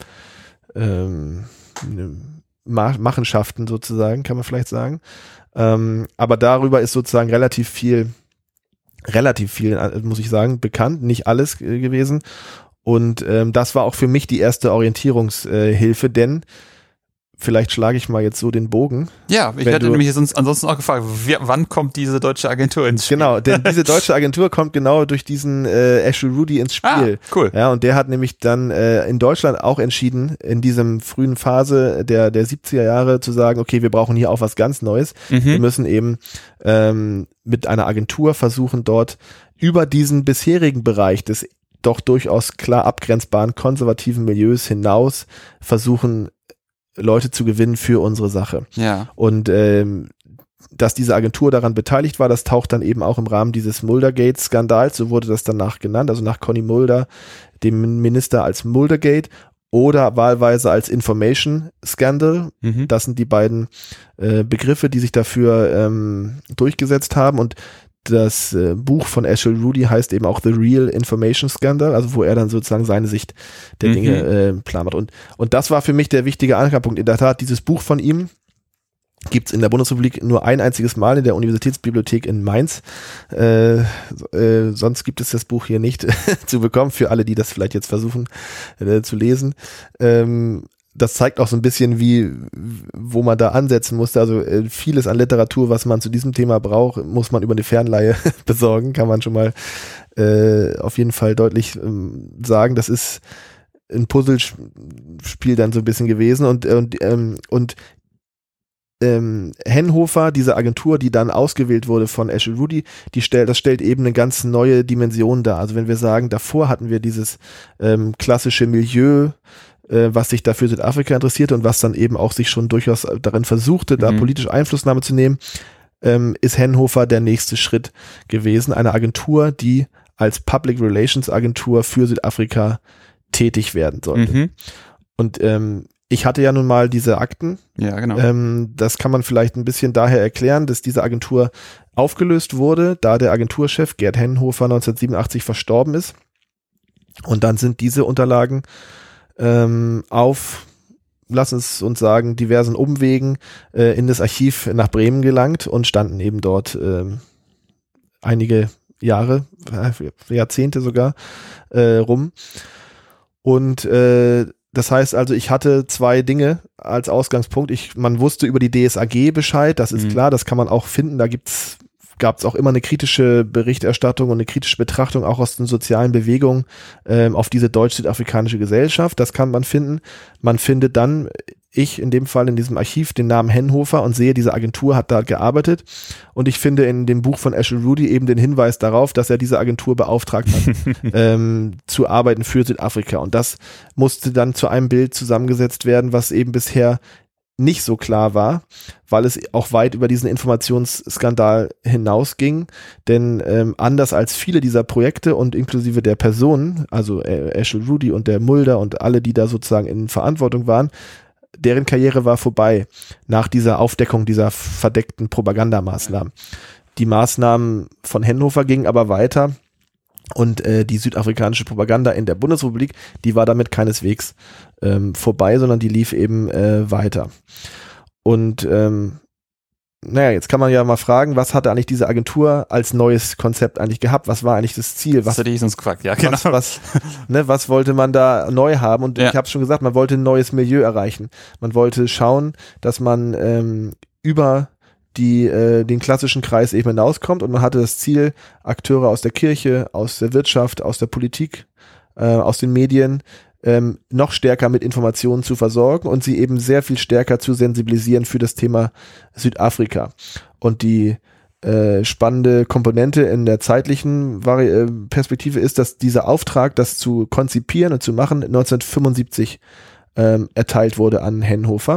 Speaker 2: ähm, Machenschaften sozusagen, kann man vielleicht sagen. Ähm, aber darüber ist sozusagen relativ viel, relativ viel, muss ich sagen, bekannt, nicht alles äh, gewesen. Und ähm, das war auch für mich die erste Orientierungshilfe, denn vielleicht schlage ich mal jetzt so den Bogen.
Speaker 1: Ja, ich hätte nämlich sonst, ansonsten auch gefragt, wie, wann kommt diese deutsche Agentur ins Spiel?
Speaker 2: Genau, denn diese deutsche Agentur kommt genau durch diesen äh, Eshel Rudy ins Spiel.
Speaker 1: Ah, cool.
Speaker 2: Ja, und der hat nämlich dann äh, in Deutschland auch entschieden, in diesem frühen Phase der der siebziger Jahre zu sagen, okay, wir brauchen hier auch was ganz Neues. Mhm. Wir müssen eben ähm, mit einer Agentur versuchen, dort über diesen bisherigen Bereich des doch durchaus klar abgrenzbaren konservativen Milieus hinaus versuchen, Leute zu gewinnen für unsere Sache.
Speaker 1: Ja.
Speaker 2: Und ähm, dass diese Agentur daran beteiligt war, das taucht dann eben auch im Rahmen dieses Muldergate-Skandals, so wurde das danach genannt, also nach Conny Mulder, dem Minister als Muldergate oder wahlweise als Information Scandal. Mhm. Das sind die beiden äh, Begriffe, die sich dafür ähm, durchgesetzt haben. Und das äh, Buch von Eshel Rudy heißt eben auch The Real Information Scandal, also wo er dann sozusagen seine Sicht der mhm. Dinge äh, planet. Und, und das war für mich der wichtige Ankerpunkt. In der Tat, dieses Buch von ihm gibt's in der Bundesrepublik nur ein einziges Mal in der Universitätsbibliothek in Mainz. Äh, äh, sonst gibt es das Buch hier nicht zu bekommen, für alle, die das vielleicht jetzt versuchen äh, zu lesen. Ähm, Das zeigt auch so ein bisschen, wie, wo man da ansetzen musste. Also äh, vieles an Literatur, was man zu diesem Thema braucht, muss man über eine Fernleihe besorgen, kann man schon mal äh, auf jeden Fall deutlich ähm, sagen. Das ist ein Puzzlespiel dann so ein bisschen gewesen und und ähm, und ähm, Henhofer, diese Agentur, die dann ausgewählt wurde von Eshel Rudy, die stellt, das stellt eben eine ganz neue Dimension dar. Also wenn wir sagen, davor hatten wir dieses ähm, klassische Milieu, was sich da für Südafrika interessierte und was dann eben auch sich schon durchaus darin versuchte, da mhm. politisch Einflussnahme zu nehmen, ähm, ist Henhofer der nächste Schritt gewesen. Eine Agentur, die als Public Relations Agentur für Südafrika tätig werden sollte. Mhm. Und ähm, ich hatte ja nun mal diese Akten.
Speaker 1: Ja, genau.
Speaker 2: Ähm, das kann man vielleicht ein bisschen daher erklären, dass diese Agentur aufgelöst wurde, da der Agenturchef Gerd Henhofer neunzehnhundertsiebenundachtzig verstorben ist. Und dann sind diese Unterlagen Ähm, auf, lass es uns sagen, diversen Umwegen äh, in das Archiv nach Bremen gelangt und standen eben dort äh, einige Jahre, Jahrzehnte sogar äh, rum. Und äh, das heißt also, ich hatte zwei Dinge als Ausgangspunkt. Ich, man wusste über die D S A G Bescheid, das ist mhm. klar, das kann man auch finden, da gibt's gab es auch immer eine kritische Berichterstattung und eine kritische Betrachtung auch aus den sozialen Bewegungen ähm, auf diese deutsch-südafrikanische Gesellschaft. Das kann man finden. Man findet dann, ich in dem Fall in diesem Archiv, den Namen Henhofer und sehe, diese Agentur hat da gearbeitet. Und ich finde in dem Buch von Eshel Rudy eben den Hinweis darauf, dass er diese Agentur beauftragt hat, ähm, zu arbeiten für Südafrika. Und das musste dann zu einem Bild zusammengesetzt werden, was eben bisher nicht so klar war, weil es auch weit über diesen Informationsskandal hinausging, denn ähm, anders als viele dieser Projekte und inklusive der Personen, also äh, Eshel Rudy und der Mulder und alle, die da sozusagen in Verantwortung waren, deren Karriere war vorbei nach dieser Aufdeckung dieser verdeckten Propagandamaßnahmen. Die Maßnahmen von Henhofer gingen aber weiter und äh, die südafrikanische Propaganda in der Bundesrepublik, die war damit keineswegs ähm, vorbei, sondern die lief eben äh, weiter. Und ähm, naja, jetzt kann man ja mal fragen, was hatte eigentlich diese Agentur als neues Konzept eigentlich gehabt? Was war eigentlich das Ziel? Was,
Speaker 1: das hätte ich sonst gefragt, ja, genau.
Speaker 2: Was, was, ne, was wollte man da neu haben? Und ja. ich habe schon gesagt, man wollte ein neues Milieu erreichen. Man wollte schauen, dass man ähm, über die äh, den klassischen Kreis eben hinauskommt und man hatte das Ziel, Akteure aus der Kirche, aus der Wirtschaft, aus der Politik, äh, aus den Medien ähm, noch stärker mit Informationen zu versorgen und sie eben sehr viel stärker zu sensibilisieren für das Thema Südafrika. Und die äh, spannende Komponente in der zeitlichen Vari- äh, Perspektive ist, dass dieser Auftrag, das zu konzipieren und zu machen, neunzehnhundertfünfundsiebzig ähm, erteilt wurde an Henhofer.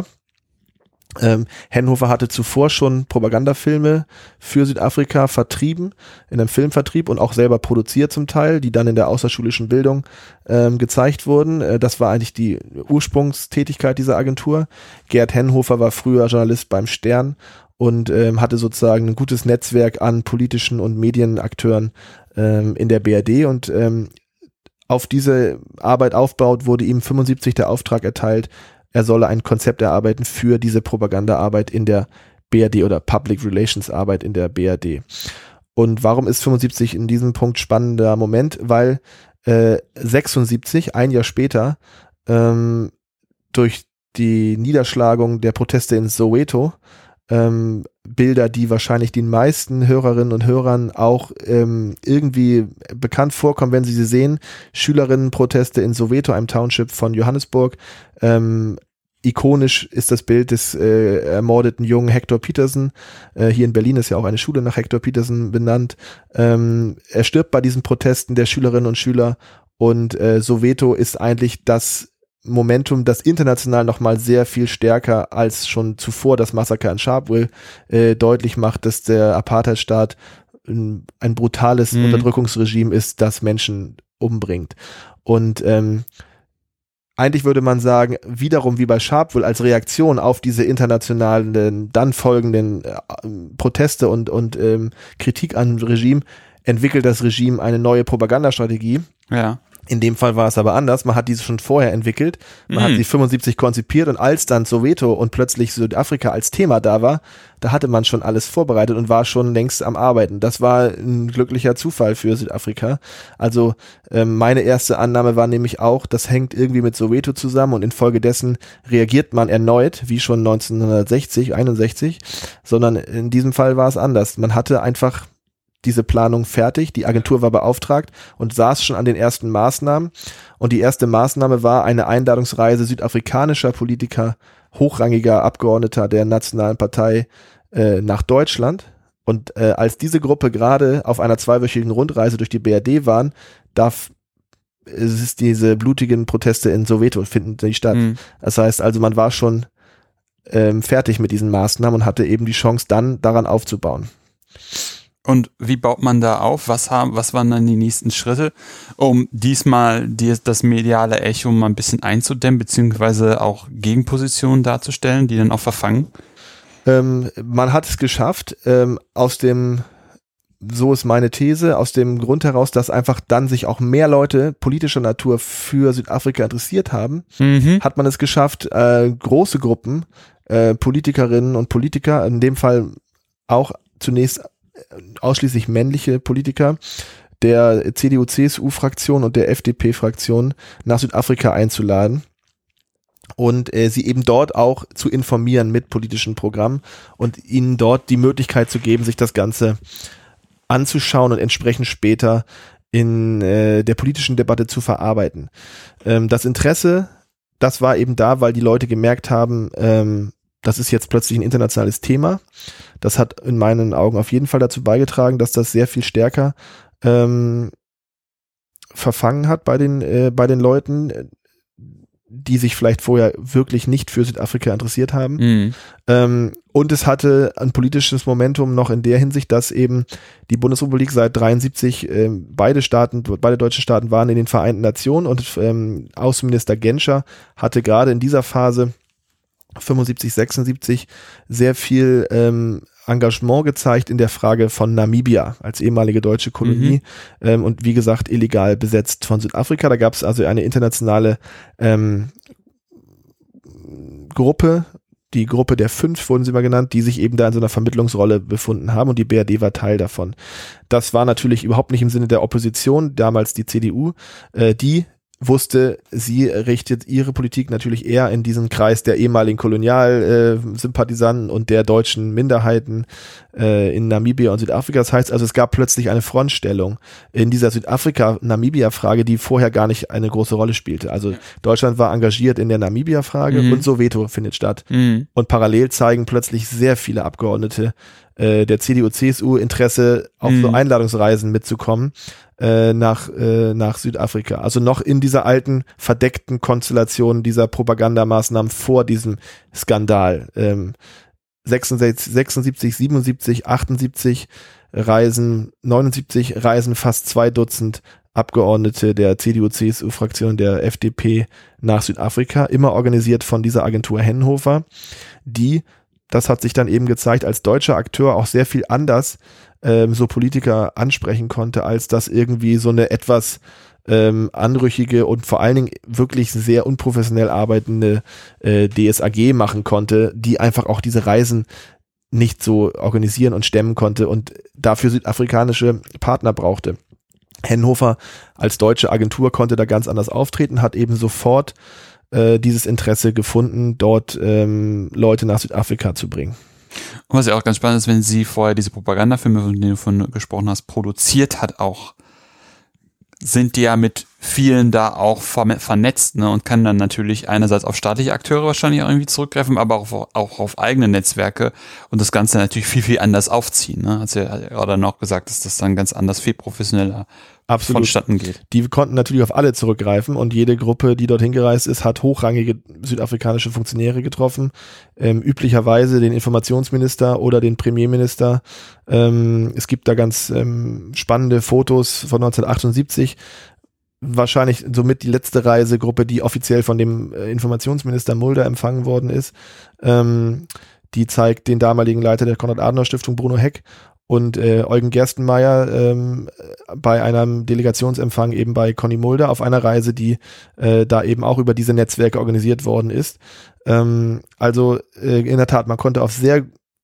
Speaker 2: Ähm, Henhofer hatte zuvor schon Propagandafilme für Südafrika vertrieben, in einem Filmvertrieb und auch selber produziert zum Teil, die dann in der außerschulischen Bildung ähm, gezeigt wurden. Äh, das war eigentlich die Ursprungstätigkeit dieser Agentur. Gerd Henhofer war früher Journalist beim Stern und ähm, hatte sozusagen ein gutes Netzwerk an politischen und Medienakteuren ähm, in der B R D und ähm, auf diese Arbeit aufbaut, wurde ihm fünfundsiebzig der Auftrag erteilt, er solle ein Konzept erarbeiten für diese Propagandaarbeit in der B R D oder Public Relations Arbeit in der B R D. Und warum ist fünfundsiebzig in diesem Punkt spannender Moment? Weil äh, sechsundsiebzig, ein Jahr später, ähm, durch die Niederschlagung der Proteste in Soweto, ähm, Bilder, die wahrscheinlich den meisten Hörerinnen und Hörern auch ähm, irgendwie bekannt vorkommen, wenn sie sie sehen. Schülerinnenproteste in Soweto, einem Township von Johannesburg. Ähm, ikonisch ist das Bild des äh, ermordeten jungen Hector Peterson. Äh, hier in Berlin ist ja auch eine Schule nach Hector Peterson benannt. Ähm, er stirbt bei diesen Protesten der Schülerinnen und Schüler und äh, Soweto ist eigentlich das Momentum, das international nochmal sehr viel stärker als schon zuvor das Massaker in Sharpeville äh, deutlich macht, dass der Apartheidstaat ein, ein brutales mhm. Unterdrückungsregime ist, das Menschen umbringt. Und ähm, eigentlich würde man sagen, wiederum wie bei Sharpeville als Reaktion auf diese internationalen, dann folgenden äh, Proteste und, und ähm, Kritik an Regime, entwickelt das Regime eine neue Propagandastrategie.
Speaker 1: Ja.
Speaker 2: In dem Fall war es aber anders. Man hat diese schon vorher entwickelt. Man
Speaker 1: Mhm.
Speaker 2: hat sie fünfundsiebzig konzipiert und als dann Soweto und plötzlich Südafrika als Thema da war, da hatte man schon alles vorbereitet und war schon längst am Arbeiten. Das war ein glücklicher Zufall für Südafrika. Also ähm, meine erste Annahme war nämlich auch, das hängt irgendwie mit Soweto zusammen und infolgedessen reagiert man erneut, wie schon neunzehnhundertsechzig, einundsechzig, sondern in diesem Fall war es anders. Man hatte einfach diese Planung fertig, die Agentur war beauftragt und saß schon an den ersten Maßnahmen und die erste Maßnahme war eine Einladungsreise südafrikanischer Politiker, hochrangiger Abgeordneter der Nationalen Partei äh, nach Deutschland und äh, als diese Gruppe gerade auf einer zweiwöchigen Rundreise durch die B R D waren, darf es ist diese blutigen Proteste in Soweto finden die statt. Mhm. Das heißt also, man war schon ähm, fertig mit diesen Maßnahmen und hatte eben die Chance dann daran aufzubauen.
Speaker 1: Und wie baut man da auf? Was haben, was waren dann die nächsten Schritte, um diesmal die, das mediale Echo mal ein bisschen einzudämmen, beziehungsweise auch Gegenpositionen darzustellen, die dann auch verfangen?
Speaker 2: Ähm, man hat es geschafft, ähm, aus dem, so ist meine These, aus dem Grund heraus, dass einfach dann sich auch mehr Leute politischer Natur für Südafrika interessiert haben, mhm. hat man es geschafft, äh, große Gruppen, äh, Politikerinnen und Politiker, in dem Fall auch zunächst ausschließlich männliche Politiker der C D U C S U-Fraktion und der F D P-Fraktion nach Südafrika einzuladen und äh, sie eben dort auch zu informieren mit politischen Programmen und ihnen dort die Möglichkeit zu geben, sich das Ganze anzuschauen und entsprechend später in äh, der politischen Debatte zu verarbeiten. Ähm, das Interesse, das war eben da, weil die Leute gemerkt haben, ähm, das ist jetzt plötzlich ein internationales Thema. Das hat in meinen Augen auf jeden Fall dazu beigetragen, dass das sehr viel stärker ähm, verfangen hat bei den äh, bei den Leuten. die sich vielleicht vorher wirklich nicht für Südafrika interessiert haben.
Speaker 1: Mhm.
Speaker 2: Ähm, und es hatte ein politisches Momentum noch in der Hinsicht, dass eben die Bundesrepublik seit dreiundsiebzig äh, beide Staaten, beide deutschen Staaten waren in den Vereinten Nationen und ähm, Außenminister Genscher hatte gerade in dieser Phase fünfundsiebzig, sechsundsiebzig sehr viel ähm, Engagement gezeigt in der Frage von Namibia als ehemalige deutsche Kolonie mhm. ähm, und wie gesagt illegal besetzt von Südafrika. Da gab es also eine internationale ähm, Gruppe, die Gruppe der Fünf wurden sie mal genannt, die sich eben da in so einer Vermittlungsrolle befunden haben und die B R D war Teil davon. Das war natürlich überhaupt nicht im Sinne der Opposition, damals die C D U, äh, die wusste, sie richtet ihre Politik natürlich eher in diesen Kreis der ehemaligen Kolonialsympathisanten äh, und der deutschen Minderheiten äh, in Namibia und Südafrika. Das heißt also, es gab plötzlich eine Frontstellung in dieser Südafrika-Namibia-Frage, die vorher gar nicht eine große Rolle spielte. Also Deutschland war engagiert in der Namibia-Frage mhm. und Soweto findet statt. Mhm. Und parallel zeigen plötzlich sehr viele Abgeordnete äh, der C D U, C S U Interesse, auf mhm. so Einladungsreisen mitzukommen nach, äh, nach Südafrika. Also noch in dieser alten, verdeckten Konstellation dieser Propagandamaßnahmen vor diesem Skandal. Ähm, sechsundsiebzig, sechsundsiebzig, siebenundsiebzig, achtundsiebzig Reisen, neunundsiebzig Reisen fast zwei Dutzend Abgeordnete der C D U, C S U-Fraktion der F D P nach Südafrika, immer organisiert von dieser Agentur Hennhofer, die, das hat sich dann eben gezeigt, als deutscher Akteur auch sehr viel anders ähm, so Politiker ansprechen konnte, als das irgendwie so eine etwas ähm, anrüchige und vor allen Dingen wirklich sehr unprofessionell arbeitende äh, D S A G machen konnte, die einfach auch diese Reisen nicht so organisieren und stemmen konnte und dafür südafrikanische Partner brauchte. Hennhofer als deutsche Agentur konnte da ganz anders auftreten, hat eben sofort äh, dieses Interesse gefunden, dort ähm, Leute nach Südafrika zu bringen.
Speaker 1: Und was ja auch ganz spannend ist, wenn sie vorher diese Propagandafilme, von denen du von gesprochen hast, produziert hat auch, sind die ja mit vielen da auch vernetzt, ne, und kann dann natürlich einerseits auf staatliche Akteure wahrscheinlich auch irgendwie zurückgreifen, aber auch, auch auf eigene Netzwerke und das Ganze natürlich viel, viel anders aufziehen, ne. Hat sie ja gerade noch gesagt, dass das dann ganz anders, viel professioneller
Speaker 2: Absolut.
Speaker 1: vonstatten geht.
Speaker 2: Die konnten natürlich auf alle zurückgreifen und jede Gruppe, die dorthin gereist ist, hat hochrangige südafrikanische Funktionäre getroffen, ähm, üblicherweise den Informationsminister oder den Premierminister. Ähm, es gibt da ganz ähm, spannende Fotos von neunzehnhundertachtundsiebzig, wahrscheinlich somit die letzte Reisegruppe, die offiziell von dem äh, Informationsminister Mulder empfangen worden ist. Ähm, die zeigt den damaligen Leiter der Konrad-Adenauer-Stiftung, Bruno Heck, und äh, Eugen Gerstenmaier ähm, bei einem Delegationsempfang eben bei Conny Mulder auf einer Reise, die äh, da eben auch über diese Netzwerke organisiert worden ist. Ähm, also äh, in der Tat, man konnte auf sehr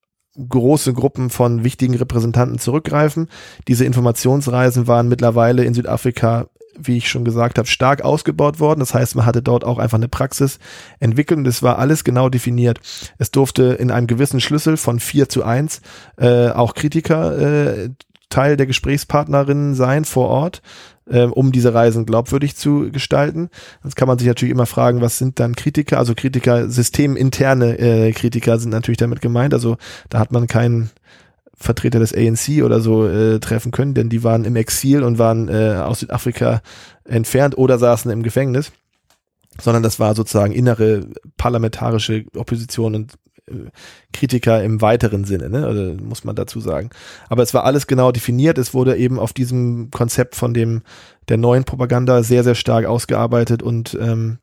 Speaker 2: große Gruppen von wichtigen Repräsentanten zurückgreifen. Diese Informationsreisen waren mittlerweile in Südafrika, wie ich schon gesagt habe, stark ausgebaut worden. Das heißt, man hatte dort auch einfach eine Praxis entwickelt und es war alles genau definiert. Es durfte in einem gewissen Schlüssel von vier zu eins äh, auch Kritiker äh, Teil der Gesprächspartnerinnen sein vor Ort, äh, um diese Reisen glaubwürdig zu gestalten. Jetzt kann man sich natürlich immer fragen, was sind dann Kritiker? Also Kritiker, systeminterne äh, Kritiker sind natürlich damit gemeint. Also da hat man keinen Vertreter des A N C oder so äh, treffen können, denn die waren im Exil und waren äh, aus Südafrika entfernt oder saßen im Gefängnis, sondern das war sozusagen innere parlamentarische Opposition und äh, Kritiker im weiteren Sinne, ne? Also, muss man dazu sagen. Aber es war alles genau definiert, es wurde eben auf diesem Konzept von dem der neuen Propaganda sehr, sehr stark ausgearbeitet und ähm,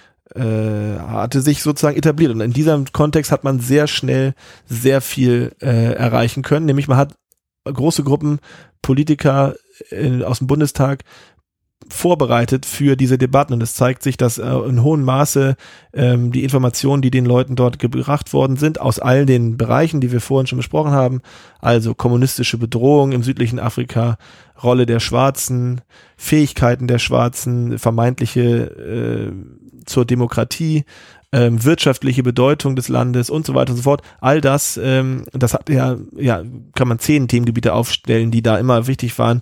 Speaker 2: Äh, hatte sich sozusagen etabliert und in diesem Kontext hat man sehr schnell sehr viel äh, erreichen können, nämlich man hat große Gruppen Politiker in, aus dem Bundestag vorbereitet für diese Debatten und es zeigt sich, dass äh, in hohem Maße ähm, die Informationen, die den Leuten dort gebracht worden sind, aus all den Bereichen, die wir vorhin schon besprochen haben, also kommunistische Bedrohung im südlichen Afrika, Rolle der Schwarzen, Fähigkeiten der Schwarzen, vermeintliche äh, zur Demokratie, ähm, wirtschaftliche Bedeutung des Landes und so weiter und so fort. All das, ähm, das hat ja, ja, kann man zehn Themengebiete aufstellen, die da immer wichtig waren.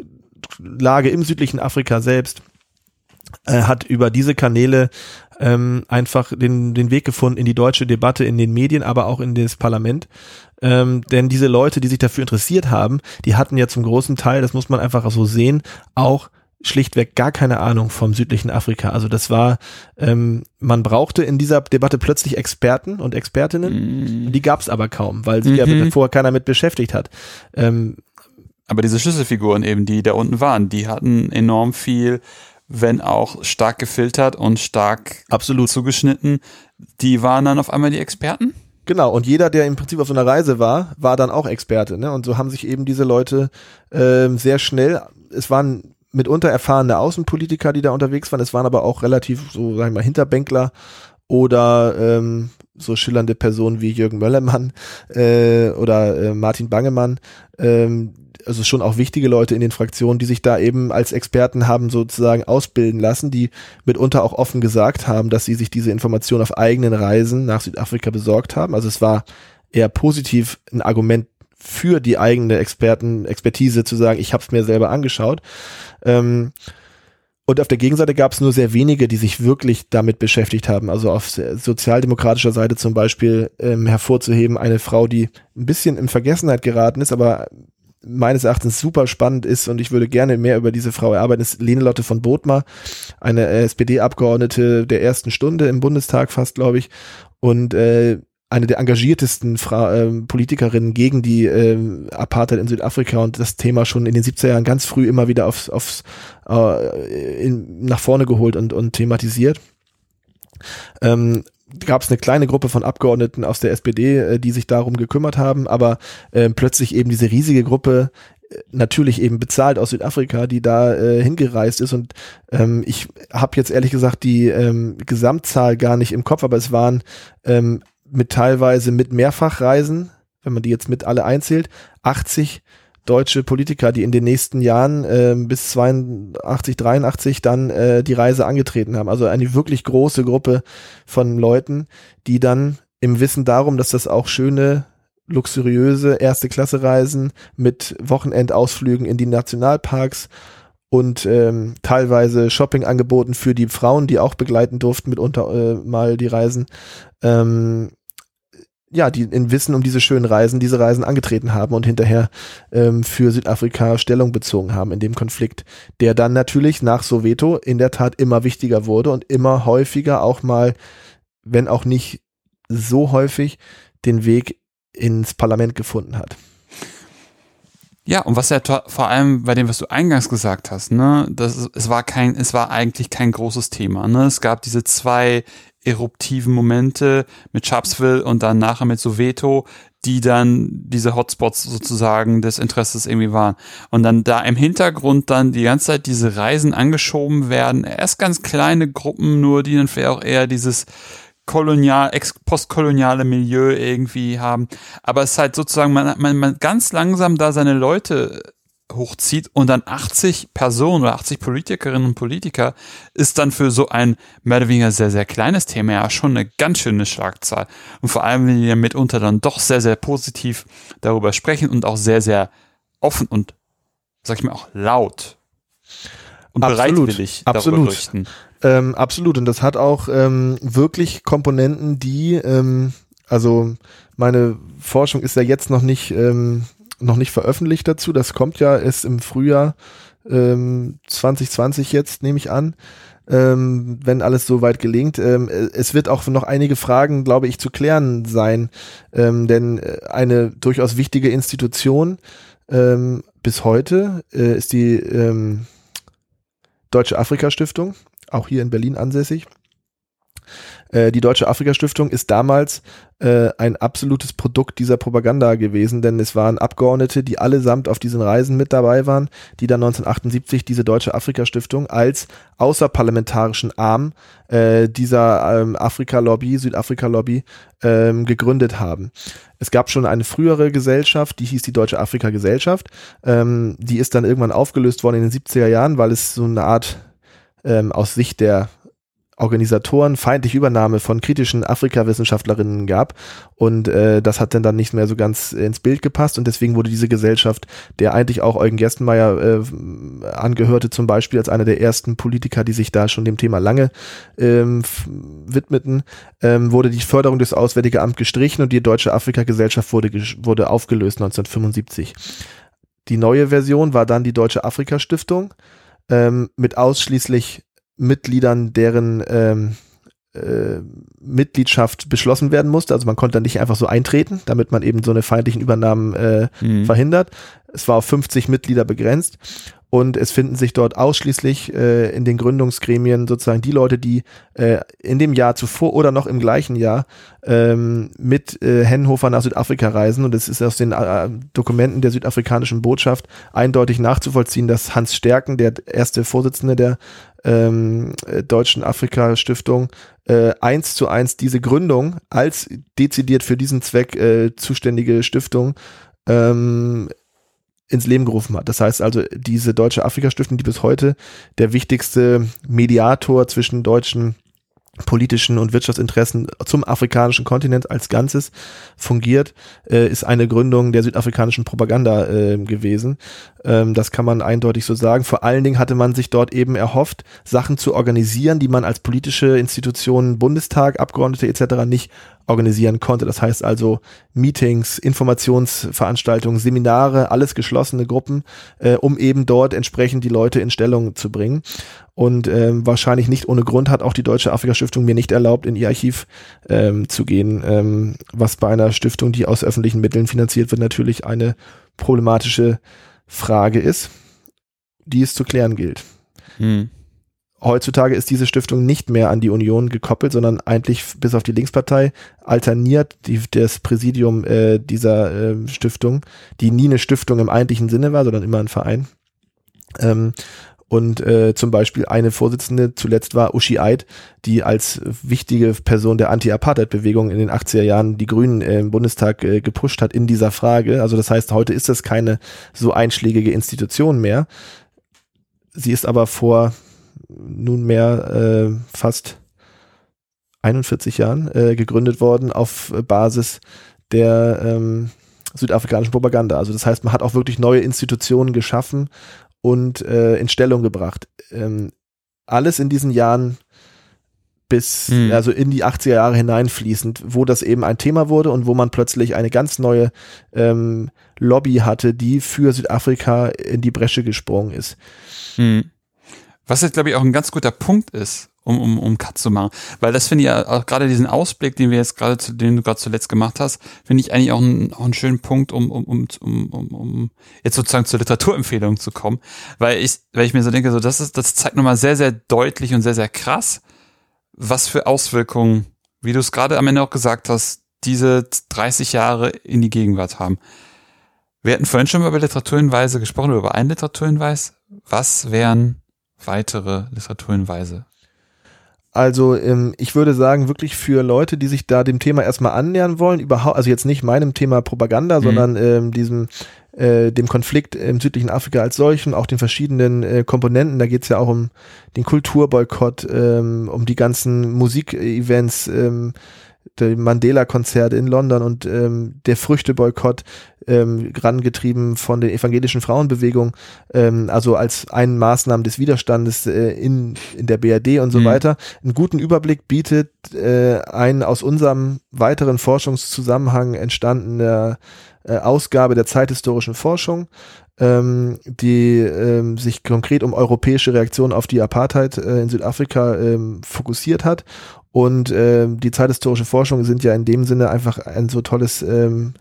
Speaker 2: Lage im südlichen Afrika selbst äh, hat über diese Kanäle ähm, einfach den, den Weg gefunden in die deutsche Debatte, in den Medien, aber auch in das Parlament. Ähm, denn diese Leute, die sich dafür interessiert haben, die hatten ja zum großen Teil, das muss man einfach so sehen, auch schlichtweg gar keine Ahnung vom südlichen Afrika. Also das war, ähm, man brauchte in dieser Debatte plötzlich Experten und Expertinnen, mm. die gab es aber kaum, weil sich mhm. ja vorher keiner mit beschäftigt hat. Ähm,
Speaker 1: aber diese Schlüsselfiguren eben, die da unten waren, die hatten enorm viel, wenn auch stark gefiltert und stark
Speaker 2: absolut
Speaker 1: zugeschnitten, die waren dann auf einmal die Experten?
Speaker 2: Genau, und jeder, der im Prinzip auf so einer Reise war, war dann auch Experte, ne? Und so haben sich eben diese Leute ähm, sehr schnell, es waren mitunter erfahrene Außenpolitiker, die da unterwegs waren. Es waren aber auch relativ, so sag ich mal, Hinterbänkler oder ähm, so schillernde Personen wie Jürgen Möllermann äh, oder äh, Martin Bangemann. Ähm, also schon auch wichtige Leute in den Fraktionen, die sich da eben als Experten haben sozusagen ausbilden lassen, die mitunter auch offen gesagt haben, dass sie sich diese Information auf eigenen Reisen nach Südafrika besorgt haben. Also es war eher positiv ein Argument für die eigene Experten, Expertise zu sagen, ich habe es mir selber angeschaut. Ähm, und auf der Gegenseite gab es nur sehr wenige, die sich wirklich damit beschäftigt haben. Also auf sozialdemokratischer Seite zum Beispiel ähm, hervorzuheben, eine Frau, die ein bisschen in Vergessenheit geraten ist, aber meines Erachtens super spannend ist und ich würde gerne mehr über diese Frau erarbeiten, ist Lenelotte von Bodmer, eine S P D-Abgeordnete der ersten Stunde im Bundestag fast, glaube ich, und äh, eine der engagiertesten Fra- äh, Politikerinnen gegen die äh, Apartheid in Südafrika und das Thema schon in den siebziger Jahren ganz früh immer wieder aufs, aufs äh, in, nach vorne geholt und, und thematisiert. Ähm, gab es eine kleine Gruppe von Abgeordneten aus der S P D, äh, die sich darum gekümmert haben, aber äh, plötzlich eben diese riesige Gruppe, äh, natürlich eben bezahlt aus Südafrika, die da äh, hingereist ist und ähm, ich habe jetzt ehrlich gesagt die ähm, Gesamtzahl gar nicht im Kopf, aber es waren ähm, mit teilweise mit Mehrfachreisen, wenn man die jetzt mit alle einzählt, achtzig deutsche Politiker, die in den nächsten Jahren äh, bis zweiundachtzig, dreiundachtzig dann äh, die Reise angetreten haben. Also eine wirklich große Gruppe von Leuten, die dann im Wissen darum, dass das auch schöne, luxuriöse Erste-Klasse-Reisen mit Wochenendausflügen in die Nationalparks und ähm, teilweise Shoppingangeboten für die Frauen, die auch begleiten durften, mitunter äh, mal die Reisen, ähm, ja, die in Wissen um diese schönen Reisen, diese Reisen angetreten haben und hinterher ähm, für Südafrika Stellung bezogen haben in dem Konflikt, der dann natürlich nach Soweto in der Tat immer wichtiger wurde und immer häufiger auch mal, wenn auch nicht so häufig, den Weg ins Parlament gefunden hat.
Speaker 1: Ja, und was ja to- vor allem bei dem, was du eingangs gesagt hast, ne, das, es war kein, es war eigentlich kein großes Thema, ne, es gab diese zwei eruptiven Momente mit Sharpsville und dann nachher mit Soweto, die dann diese Hotspots sozusagen des Interesses irgendwie waren. Und dann da im Hintergrund dann die ganze Zeit diese Reisen angeschoben werden, erst ganz kleine Gruppen nur, die dann vielleicht auch eher dieses kolonial, ex- postkoloniale Milieu irgendwie haben. Aber es ist halt sozusagen, man, man, man ganz langsam da seine Leute hochzieht und dann achtzig Personen oder achtzig Politikerinnen und Politiker ist dann für so ein mehr oder weniger sehr, sehr kleines Thema ja schon eine ganz schöne Schlagzahl. Und vor allem, wenn die ja mitunter dann doch sehr, sehr positiv darüber sprechen und auch sehr, sehr offen und, sag ich mal, auch laut und
Speaker 2: absolut,
Speaker 1: bereitwillig
Speaker 2: absolut.
Speaker 1: darüber berichten.
Speaker 2: Ähm, absolut. Und das hat auch ähm, wirklich Komponenten, die, ähm, also meine Forschung ist ja jetzt noch nicht ähm, noch nicht veröffentlicht dazu. Das kommt ja erst im Frühjahr ähm, zwanzig zwanzig jetzt, nehme ich an, ähm, wenn alles so weit gelingt. Ähm, es wird auch noch einige Fragen, glaube ich, zu klären sein, ähm, denn eine durchaus wichtige Institution ähm, bis heute äh, ist die ähm, Deutsche Afrika-Stiftung, auch hier in Berlin ansässig. Die Deutsche Afrika-Stiftung ist damals äh, ein absolutes Produkt dieser Propaganda gewesen, denn es waren Abgeordnete, die allesamt auf diesen Reisen mit dabei waren, die dann neunzehnhundertachtundsiebzig diese Deutsche Afrika-Stiftung als außerparlamentarischen Arm äh, dieser ähm, Afrika-Lobby, Südafrika-Lobby ähm, gegründet haben. Es gab schon eine frühere Gesellschaft, die hieß die Deutsche Afrika-Gesellschaft. Ähm, die ist dann irgendwann aufgelöst worden in den siebziger Jahren, weil es so eine Art ähm, aus Sicht der Organisatoren feindliche Übernahme von kritischen Afrika-Wissenschaftlerinnen gab und äh, das hat dann dann nicht mehr so ganz ins Bild gepasst und deswegen wurde diese Gesellschaft, der eigentlich auch Eugen Gerstenmaier äh, angehörte zum Beispiel als einer der ersten Politiker, die sich da schon dem Thema lange ähm, f- widmeten, ähm, wurde die Förderung des Auswärtige Amt gestrichen und die Deutsche Afrika-Gesellschaft wurde, wurde aufgelöst neunzehnhundertfünfundsiebzig. Die neue Version war dann die Deutsche Afrika-Stiftung, ähm, mit ausschließlich Mitgliedern, deren ähm, äh, Mitgliedschaft beschlossen werden musste. Also man konnte dann nicht einfach so eintreten, damit man eben so eine feindlichen Übernahmen äh, mhm. verhindert. Es war auf fünfzig Mitglieder begrenzt. Und es finden sich dort ausschließlich äh, in den Gründungsgremien sozusagen die Leute, die äh, in dem Jahr zuvor oder noch im gleichen Jahr ähm, mit äh, Hennhofer nach Südafrika reisen. Und es ist aus den äh, Dokumenten der südafrikanischen Botschaft eindeutig nachzuvollziehen, dass Hans Sterken, der erste Vorsitzende der ähm, Deutschen Afrika-Stiftung, äh, eins zu eins diese Gründung als dezidiert für diesen Zweck äh, zuständige Stiftung ähm, ins Leben gerufen hat. Das heißt also, diese Deutsche Afrika-Stiftung, die bis heute der wichtigste Mediator zwischen deutschen politischen und Wirtschaftsinteressen zum afrikanischen Kontinent als Ganzes fungiert, äh, ist eine Gründung der südafrikanischen Propaganda äh, gewesen. Ähm, das kann man eindeutig so sagen. Vor allen Dingen hatte man sich dort eben erhofft, Sachen zu organisieren, die man als politische Institutionen, Bundestag, Abgeordnete et cetera nicht organisieren konnte. Das heißt also Meetings, Informationsveranstaltungen, Seminare, alles geschlossene Gruppen, äh, um eben dort entsprechend die Leute in Stellung zu bringen. Und ähm, wahrscheinlich nicht ohne Grund hat auch die Deutsche Afrika-Stiftung mir nicht erlaubt, in ihr Archiv ähm, zu gehen, ähm, was bei einer Stiftung, die aus öffentlichen Mitteln finanziert wird, natürlich eine problematische Frage ist, die es zu klären gilt. Hm. Heutzutage ist diese Stiftung nicht mehr an die Union gekoppelt, sondern eigentlich bis auf die Linkspartei alterniert die, das Präsidium äh, dieser äh, Stiftung, die nie eine Stiftung im eigentlichen Sinne war, sondern immer ein Verein. Ähm, und äh, zum Beispiel eine Vorsitzende zuletzt war Uschi Eid, die als wichtige Person der Anti-Apartheid-Bewegung in den achtziger Jahren die Grünen äh, im Bundestag äh, gepusht hat in dieser Frage. Also das heißt, heute ist das keine so einschlägige Institution mehr. Sie ist aber vor nunmehr äh, fast einundvierzig Jahren äh, gegründet worden auf Basis der ähm, südafrikanischen Propaganda. Also das heißt, man hat auch wirklich neue Institutionen geschaffen und äh, in Stellung gebracht. Ähm, alles in diesen Jahren bis, hm. also in die achtziger Jahre hineinfließend, wo das eben ein Thema wurde und wo man plötzlich eine ganz neue ähm, Lobby hatte, die für Südafrika in die Bresche gesprungen ist.
Speaker 1: Hm. Was jetzt, glaube ich, auch ein ganz guter Punkt ist, um, um, um Cut zu machen. Weil das finde ich ja auch gerade diesen Ausblick, den wir jetzt gerade, zu, den du gerade zuletzt gemacht hast, finde ich eigentlich auch, ein, auch einen schönen Punkt, um, um, um, um, um jetzt sozusagen zur Literaturempfehlung zu kommen. Weil ich, weil ich mir so denke, so, das ist, das zeigt nochmal sehr, sehr deutlich und sehr, sehr krass, was für Auswirkungen, wie du es gerade am Ende auch gesagt hast, diese dreißig Jahre in die Gegenwart haben. Wir hatten vorhin schon mal über Literaturhinweise gesprochen, oder über einen Literaturhinweis. Was wären weitere Literaturhinweise?
Speaker 2: Also ähm, ich würde sagen, wirklich für Leute, die sich da dem Thema erstmal annähern wollen, überhaupt, also jetzt nicht meinem Thema Propaganda, mhm. sondern ähm, diesem äh, dem Konflikt im südlichen Afrika als solchen, auch den verschiedenen äh, Komponenten, da geht es ja auch um den Kulturboykott, ähm, um die ganzen Musikevents, ähm, der Mandela-Konzert in London und ähm, der Früchteboykott, ähm, rangetrieben von der evangelischen Frauenbewegung, ähm, also als einen Maßnahmen des Widerstandes äh, in, in der B R D und so mhm. weiter. Einen guten Überblick bietet äh, ein aus unserem weiteren Forschungszusammenhang entstandener äh, Ausgabe der zeithistorischen Forschung, ähm, die ähm, sich konkret um europäische Reaktionen auf die Apartheid äh, in Südafrika ähm, fokussiert hat. Und äh, die zeithistorische Forschung sind ja in dem Sinne einfach ein so tolles ähm,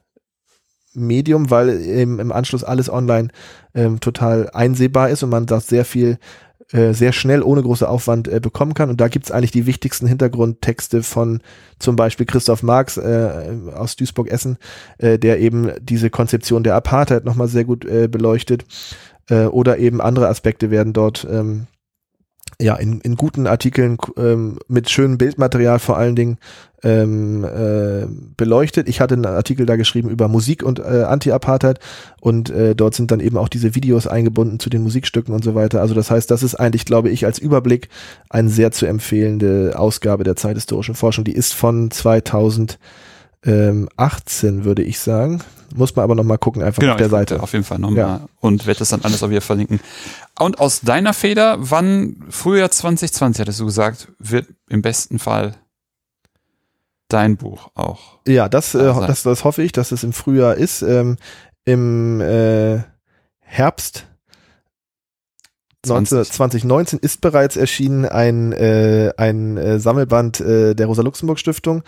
Speaker 2: Medium, weil eben im Anschluss alles online ähm, total einsehbar ist und man das sehr viel, äh, sehr schnell ohne großen Aufwand äh, bekommen kann. Und da gibt's eigentlich die wichtigsten Hintergrundtexte von zum Beispiel Christoph Marx äh, aus Duisburg-Essen, äh, der eben diese Konzeption der Apartheid nochmal sehr gut äh, beleuchtet. Äh, oder eben andere Aspekte werden dort ähm, ja, in, in guten Artikeln ähm, mit schönem Bildmaterial vor allen Dingen ähm, äh, beleuchtet. Ich hatte einen Artikel da geschrieben über Musik und äh, Anti-Apartheid und äh, dort sind dann eben auch diese Videos eingebunden zu den Musikstücken und so weiter. Also das heißt, das ist eigentlich, glaube ich, als Überblick eine sehr zu empfehlende Ausgabe der zeithistorischen Forschung. Die ist von zweitausendachtzehn, würde ich sagen. Muss man aber nochmal gucken, einfach
Speaker 1: genau,
Speaker 2: auf der Seite.
Speaker 1: Auf jeden Fall nochmal ja. Und werde das dann alles auch wieder verlinken. Und aus deiner Feder, wann, Frühjahr zwanzig zwanzig, hattest du gesagt, wird im besten Fall dein Buch auch.
Speaker 2: Ja, das, äh, das, das hoffe ich, dass es im Frühjahr ist. Ähm, Im äh, Herbst zwanzig neunzehn ist bereits erschienen ein, äh, ein äh, Sammelband äh, der Rosa-Luxemburg-Stiftung.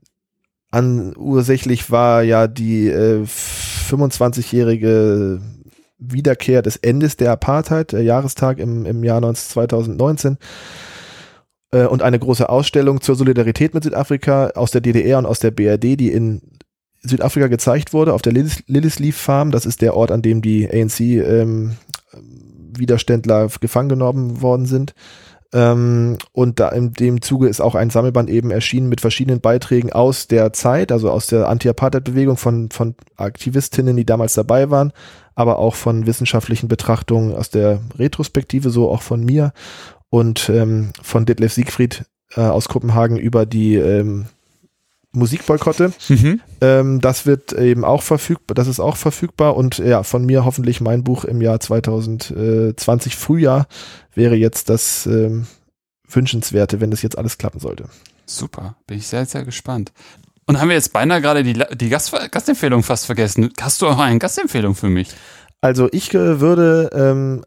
Speaker 2: An, ursächlich war ja die äh, fünfundzwanzigjährige Wiederkehr des Endes der Apartheid, der Jahrestag im, im Jahr zwanzig neunzehn äh, und eine große Ausstellung zur Solidarität mit Südafrika aus der D D R und aus der B R D, die in Südafrika gezeigt wurde, auf der Lillis, Lillisleaf Farm. Das ist der Ort, an dem die A N C ähm, Widerständler gefangen genommen worden sind. Ähm, und da in dem Zuge ist auch ein Sammelband eben erschienen mit verschiedenen Beiträgen aus der Zeit, also aus der Anti-Apartheid-Bewegung von, von Aktivistinnen, die damals dabei waren, aber auch von wissenschaftlichen Betrachtungen aus der Retrospektive, so auch von mir und ähm, von Detlef Siegfried äh, aus Kopenhagen über die ähm, Musikboykotte. Mhm. Ähm, das wird eben auch verfügbar, das ist auch verfügbar und ja, von mir hoffentlich mein Buch im Jahr zwanzig zwanzig Frühjahr wäre jetzt das ähm, Wünschenswerte, wenn das jetzt alles klappen sollte.
Speaker 1: Super, bin ich sehr, sehr gespannt. Und haben wir jetzt beinahe gerade die, die Gast, Gastempfehlung fast vergessen. Hast du auch eine Gastempfehlung für mich?
Speaker 2: Also ich äh, würde ähm,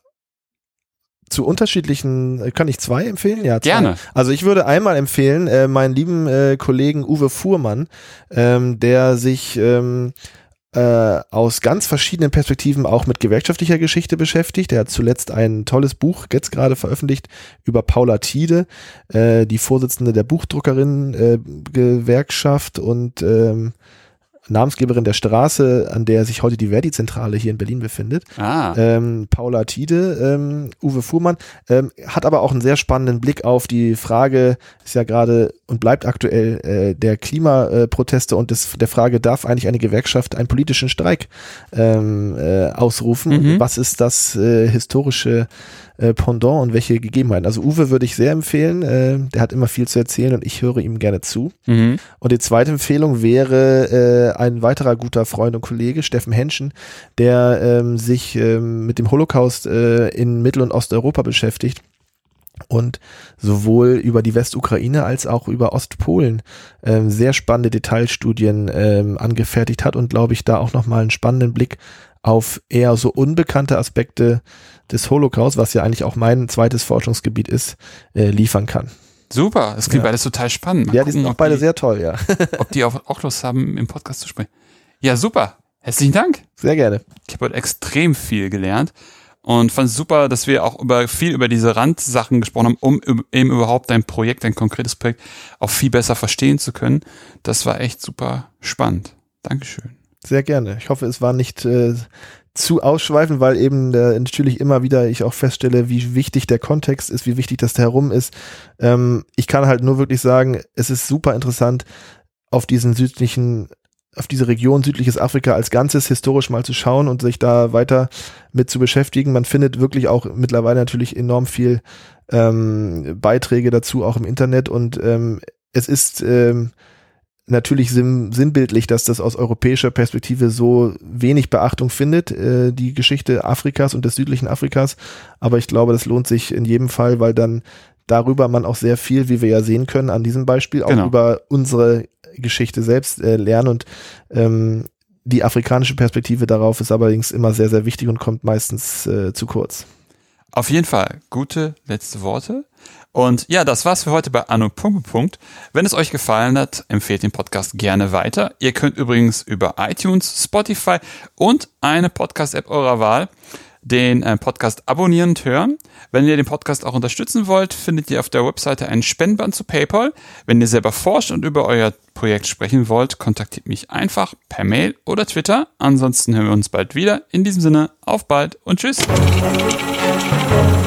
Speaker 2: zu unterschiedlichen, kann ich zwei empfehlen? Ja, zwei.
Speaker 1: Gerne.
Speaker 2: Also ich würde einmal empfehlen, äh, meinen lieben äh, Kollegen Uwe Fuhrmann, ähm, der sich ähm, äh, aus ganz verschiedenen Perspektiven auch mit gewerkschaftlicher Geschichte beschäftigt. Er hat zuletzt ein tolles Buch jetzt gerade veröffentlicht über Paula Thiede, äh, die Vorsitzende der Buchdruckerinnen-Gewerkschaft äh, und ähm, Namensgeberin der Straße, an der sich heute die Verdi-Zentrale hier in Berlin befindet.
Speaker 1: Ah.
Speaker 2: Ähm, Paula Thiede, ähm, Uwe Fuhrmann, ähm, hat aber auch einen sehr spannenden Blick auf die Frage, ist ja gerade und bleibt aktuell äh, der Klimaproteste und des, der Frage, darf eigentlich eine Gewerkschaft einen politischen Streik ähm, äh, ausrufen? Mhm. Was ist das äh, historische äh, Pendant und welche Gegebenheiten? Also Uwe würde ich sehr empfehlen, äh, der hat immer viel zu erzählen und ich höre ihm gerne zu. Mhm. Und die zweite Empfehlung wäre äh, ein weiterer guter Freund und Kollege, Steffen Henschen, der ähm, sich ähm, mit dem Holocaust äh, in Mittel- und Osteuropa beschäftigt und sowohl über die Westukraine als auch über Ostpolen ähm, sehr spannende Detailstudien ähm, angefertigt hat und glaube ich da auch nochmal einen spannenden Blick auf eher so unbekannte Aspekte des Holocaust, was ja eigentlich auch mein zweites Forschungsgebiet ist, äh, liefern kann.
Speaker 1: Super, das klingt
Speaker 2: ja.
Speaker 1: beides total spannend.
Speaker 2: Mal ja, gucken, die sind auch beide die, sehr toll, ja.
Speaker 1: Ob die auch, auch Lust haben, im Podcast zu sprechen. Ja, super. Herzlichen Dank.
Speaker 2: Sehr gerne.
Speaker 1: Ich habe heute extrem viel gelernt und fand es super, dass wir auch über viel über diese Randsachen gesprochen haben, um eben überhaupt dein Projekt, dein konkretes Projekt auch viel besser verstehen zu können. Das war echt super spannend. Dankeschön.
Speaker 2: Sehr gerne. Ich hoffe, es war nicht äh, zu ausschweifend, weil eben äh, natürlich immer wieder ich auch feststelle, wie wichtig der Kontext ist, wie wichtig das herum ist. Ähm, ich kann halt nur wirklich sagen, es ist super interessant, auf diesen südlichen, auf diese Region südliches Afrika als Ganzes historisch mal zu schauen und sich da weiter mit zu beschäftigen. Man findet wirklich auch mittlerweile natürlich enorm viel ähm, Beiträge dazu, auch im Internet und ähm, es ist ähm, natürlich sim- sinnbildlich, dass das aus europäischer Perspektive so wenig Beachtung findet, äh, die Geschichte Afrikas und des südlichen Afrikas. Aber ich glaube, das lohnt sich in jedem Fall, weil dann darüber man auch sehr viel, wie wir ja sehen können, an diesem Beispiel auch genau. über unsere Geschichte selbst äh, lernen. Und ähm, die afrikanische Perspektive darauf ist allerdings immer sehr, sehr wichtig und kommt meistens äh, zu kurz.
Speaker 1: Auf jeden Fall gute letzte Worte. Und ja, das war's für heute bei Anno Punkt Punkt. Wenn es euch gefallen hat, empfehlt den Podcast gerne weiter. Ihr könnt übrigens über iTunes, Spotify und eine Podcast-App eurer Wahl den äh, Podcast abonnieren und hören. Wenn ihr den Podcast auch unterstützen wollt, findet ihr auf der Webseite einen Spendenband zu PayPal. Wenn ihr selber forscht und über euer Projekt sprechen wollt, kontaktiert mich einfach per Mail oder Twitter. Ansonsten hören wir uns bald wieder. In diesem Sinne, auf bald und tschüss.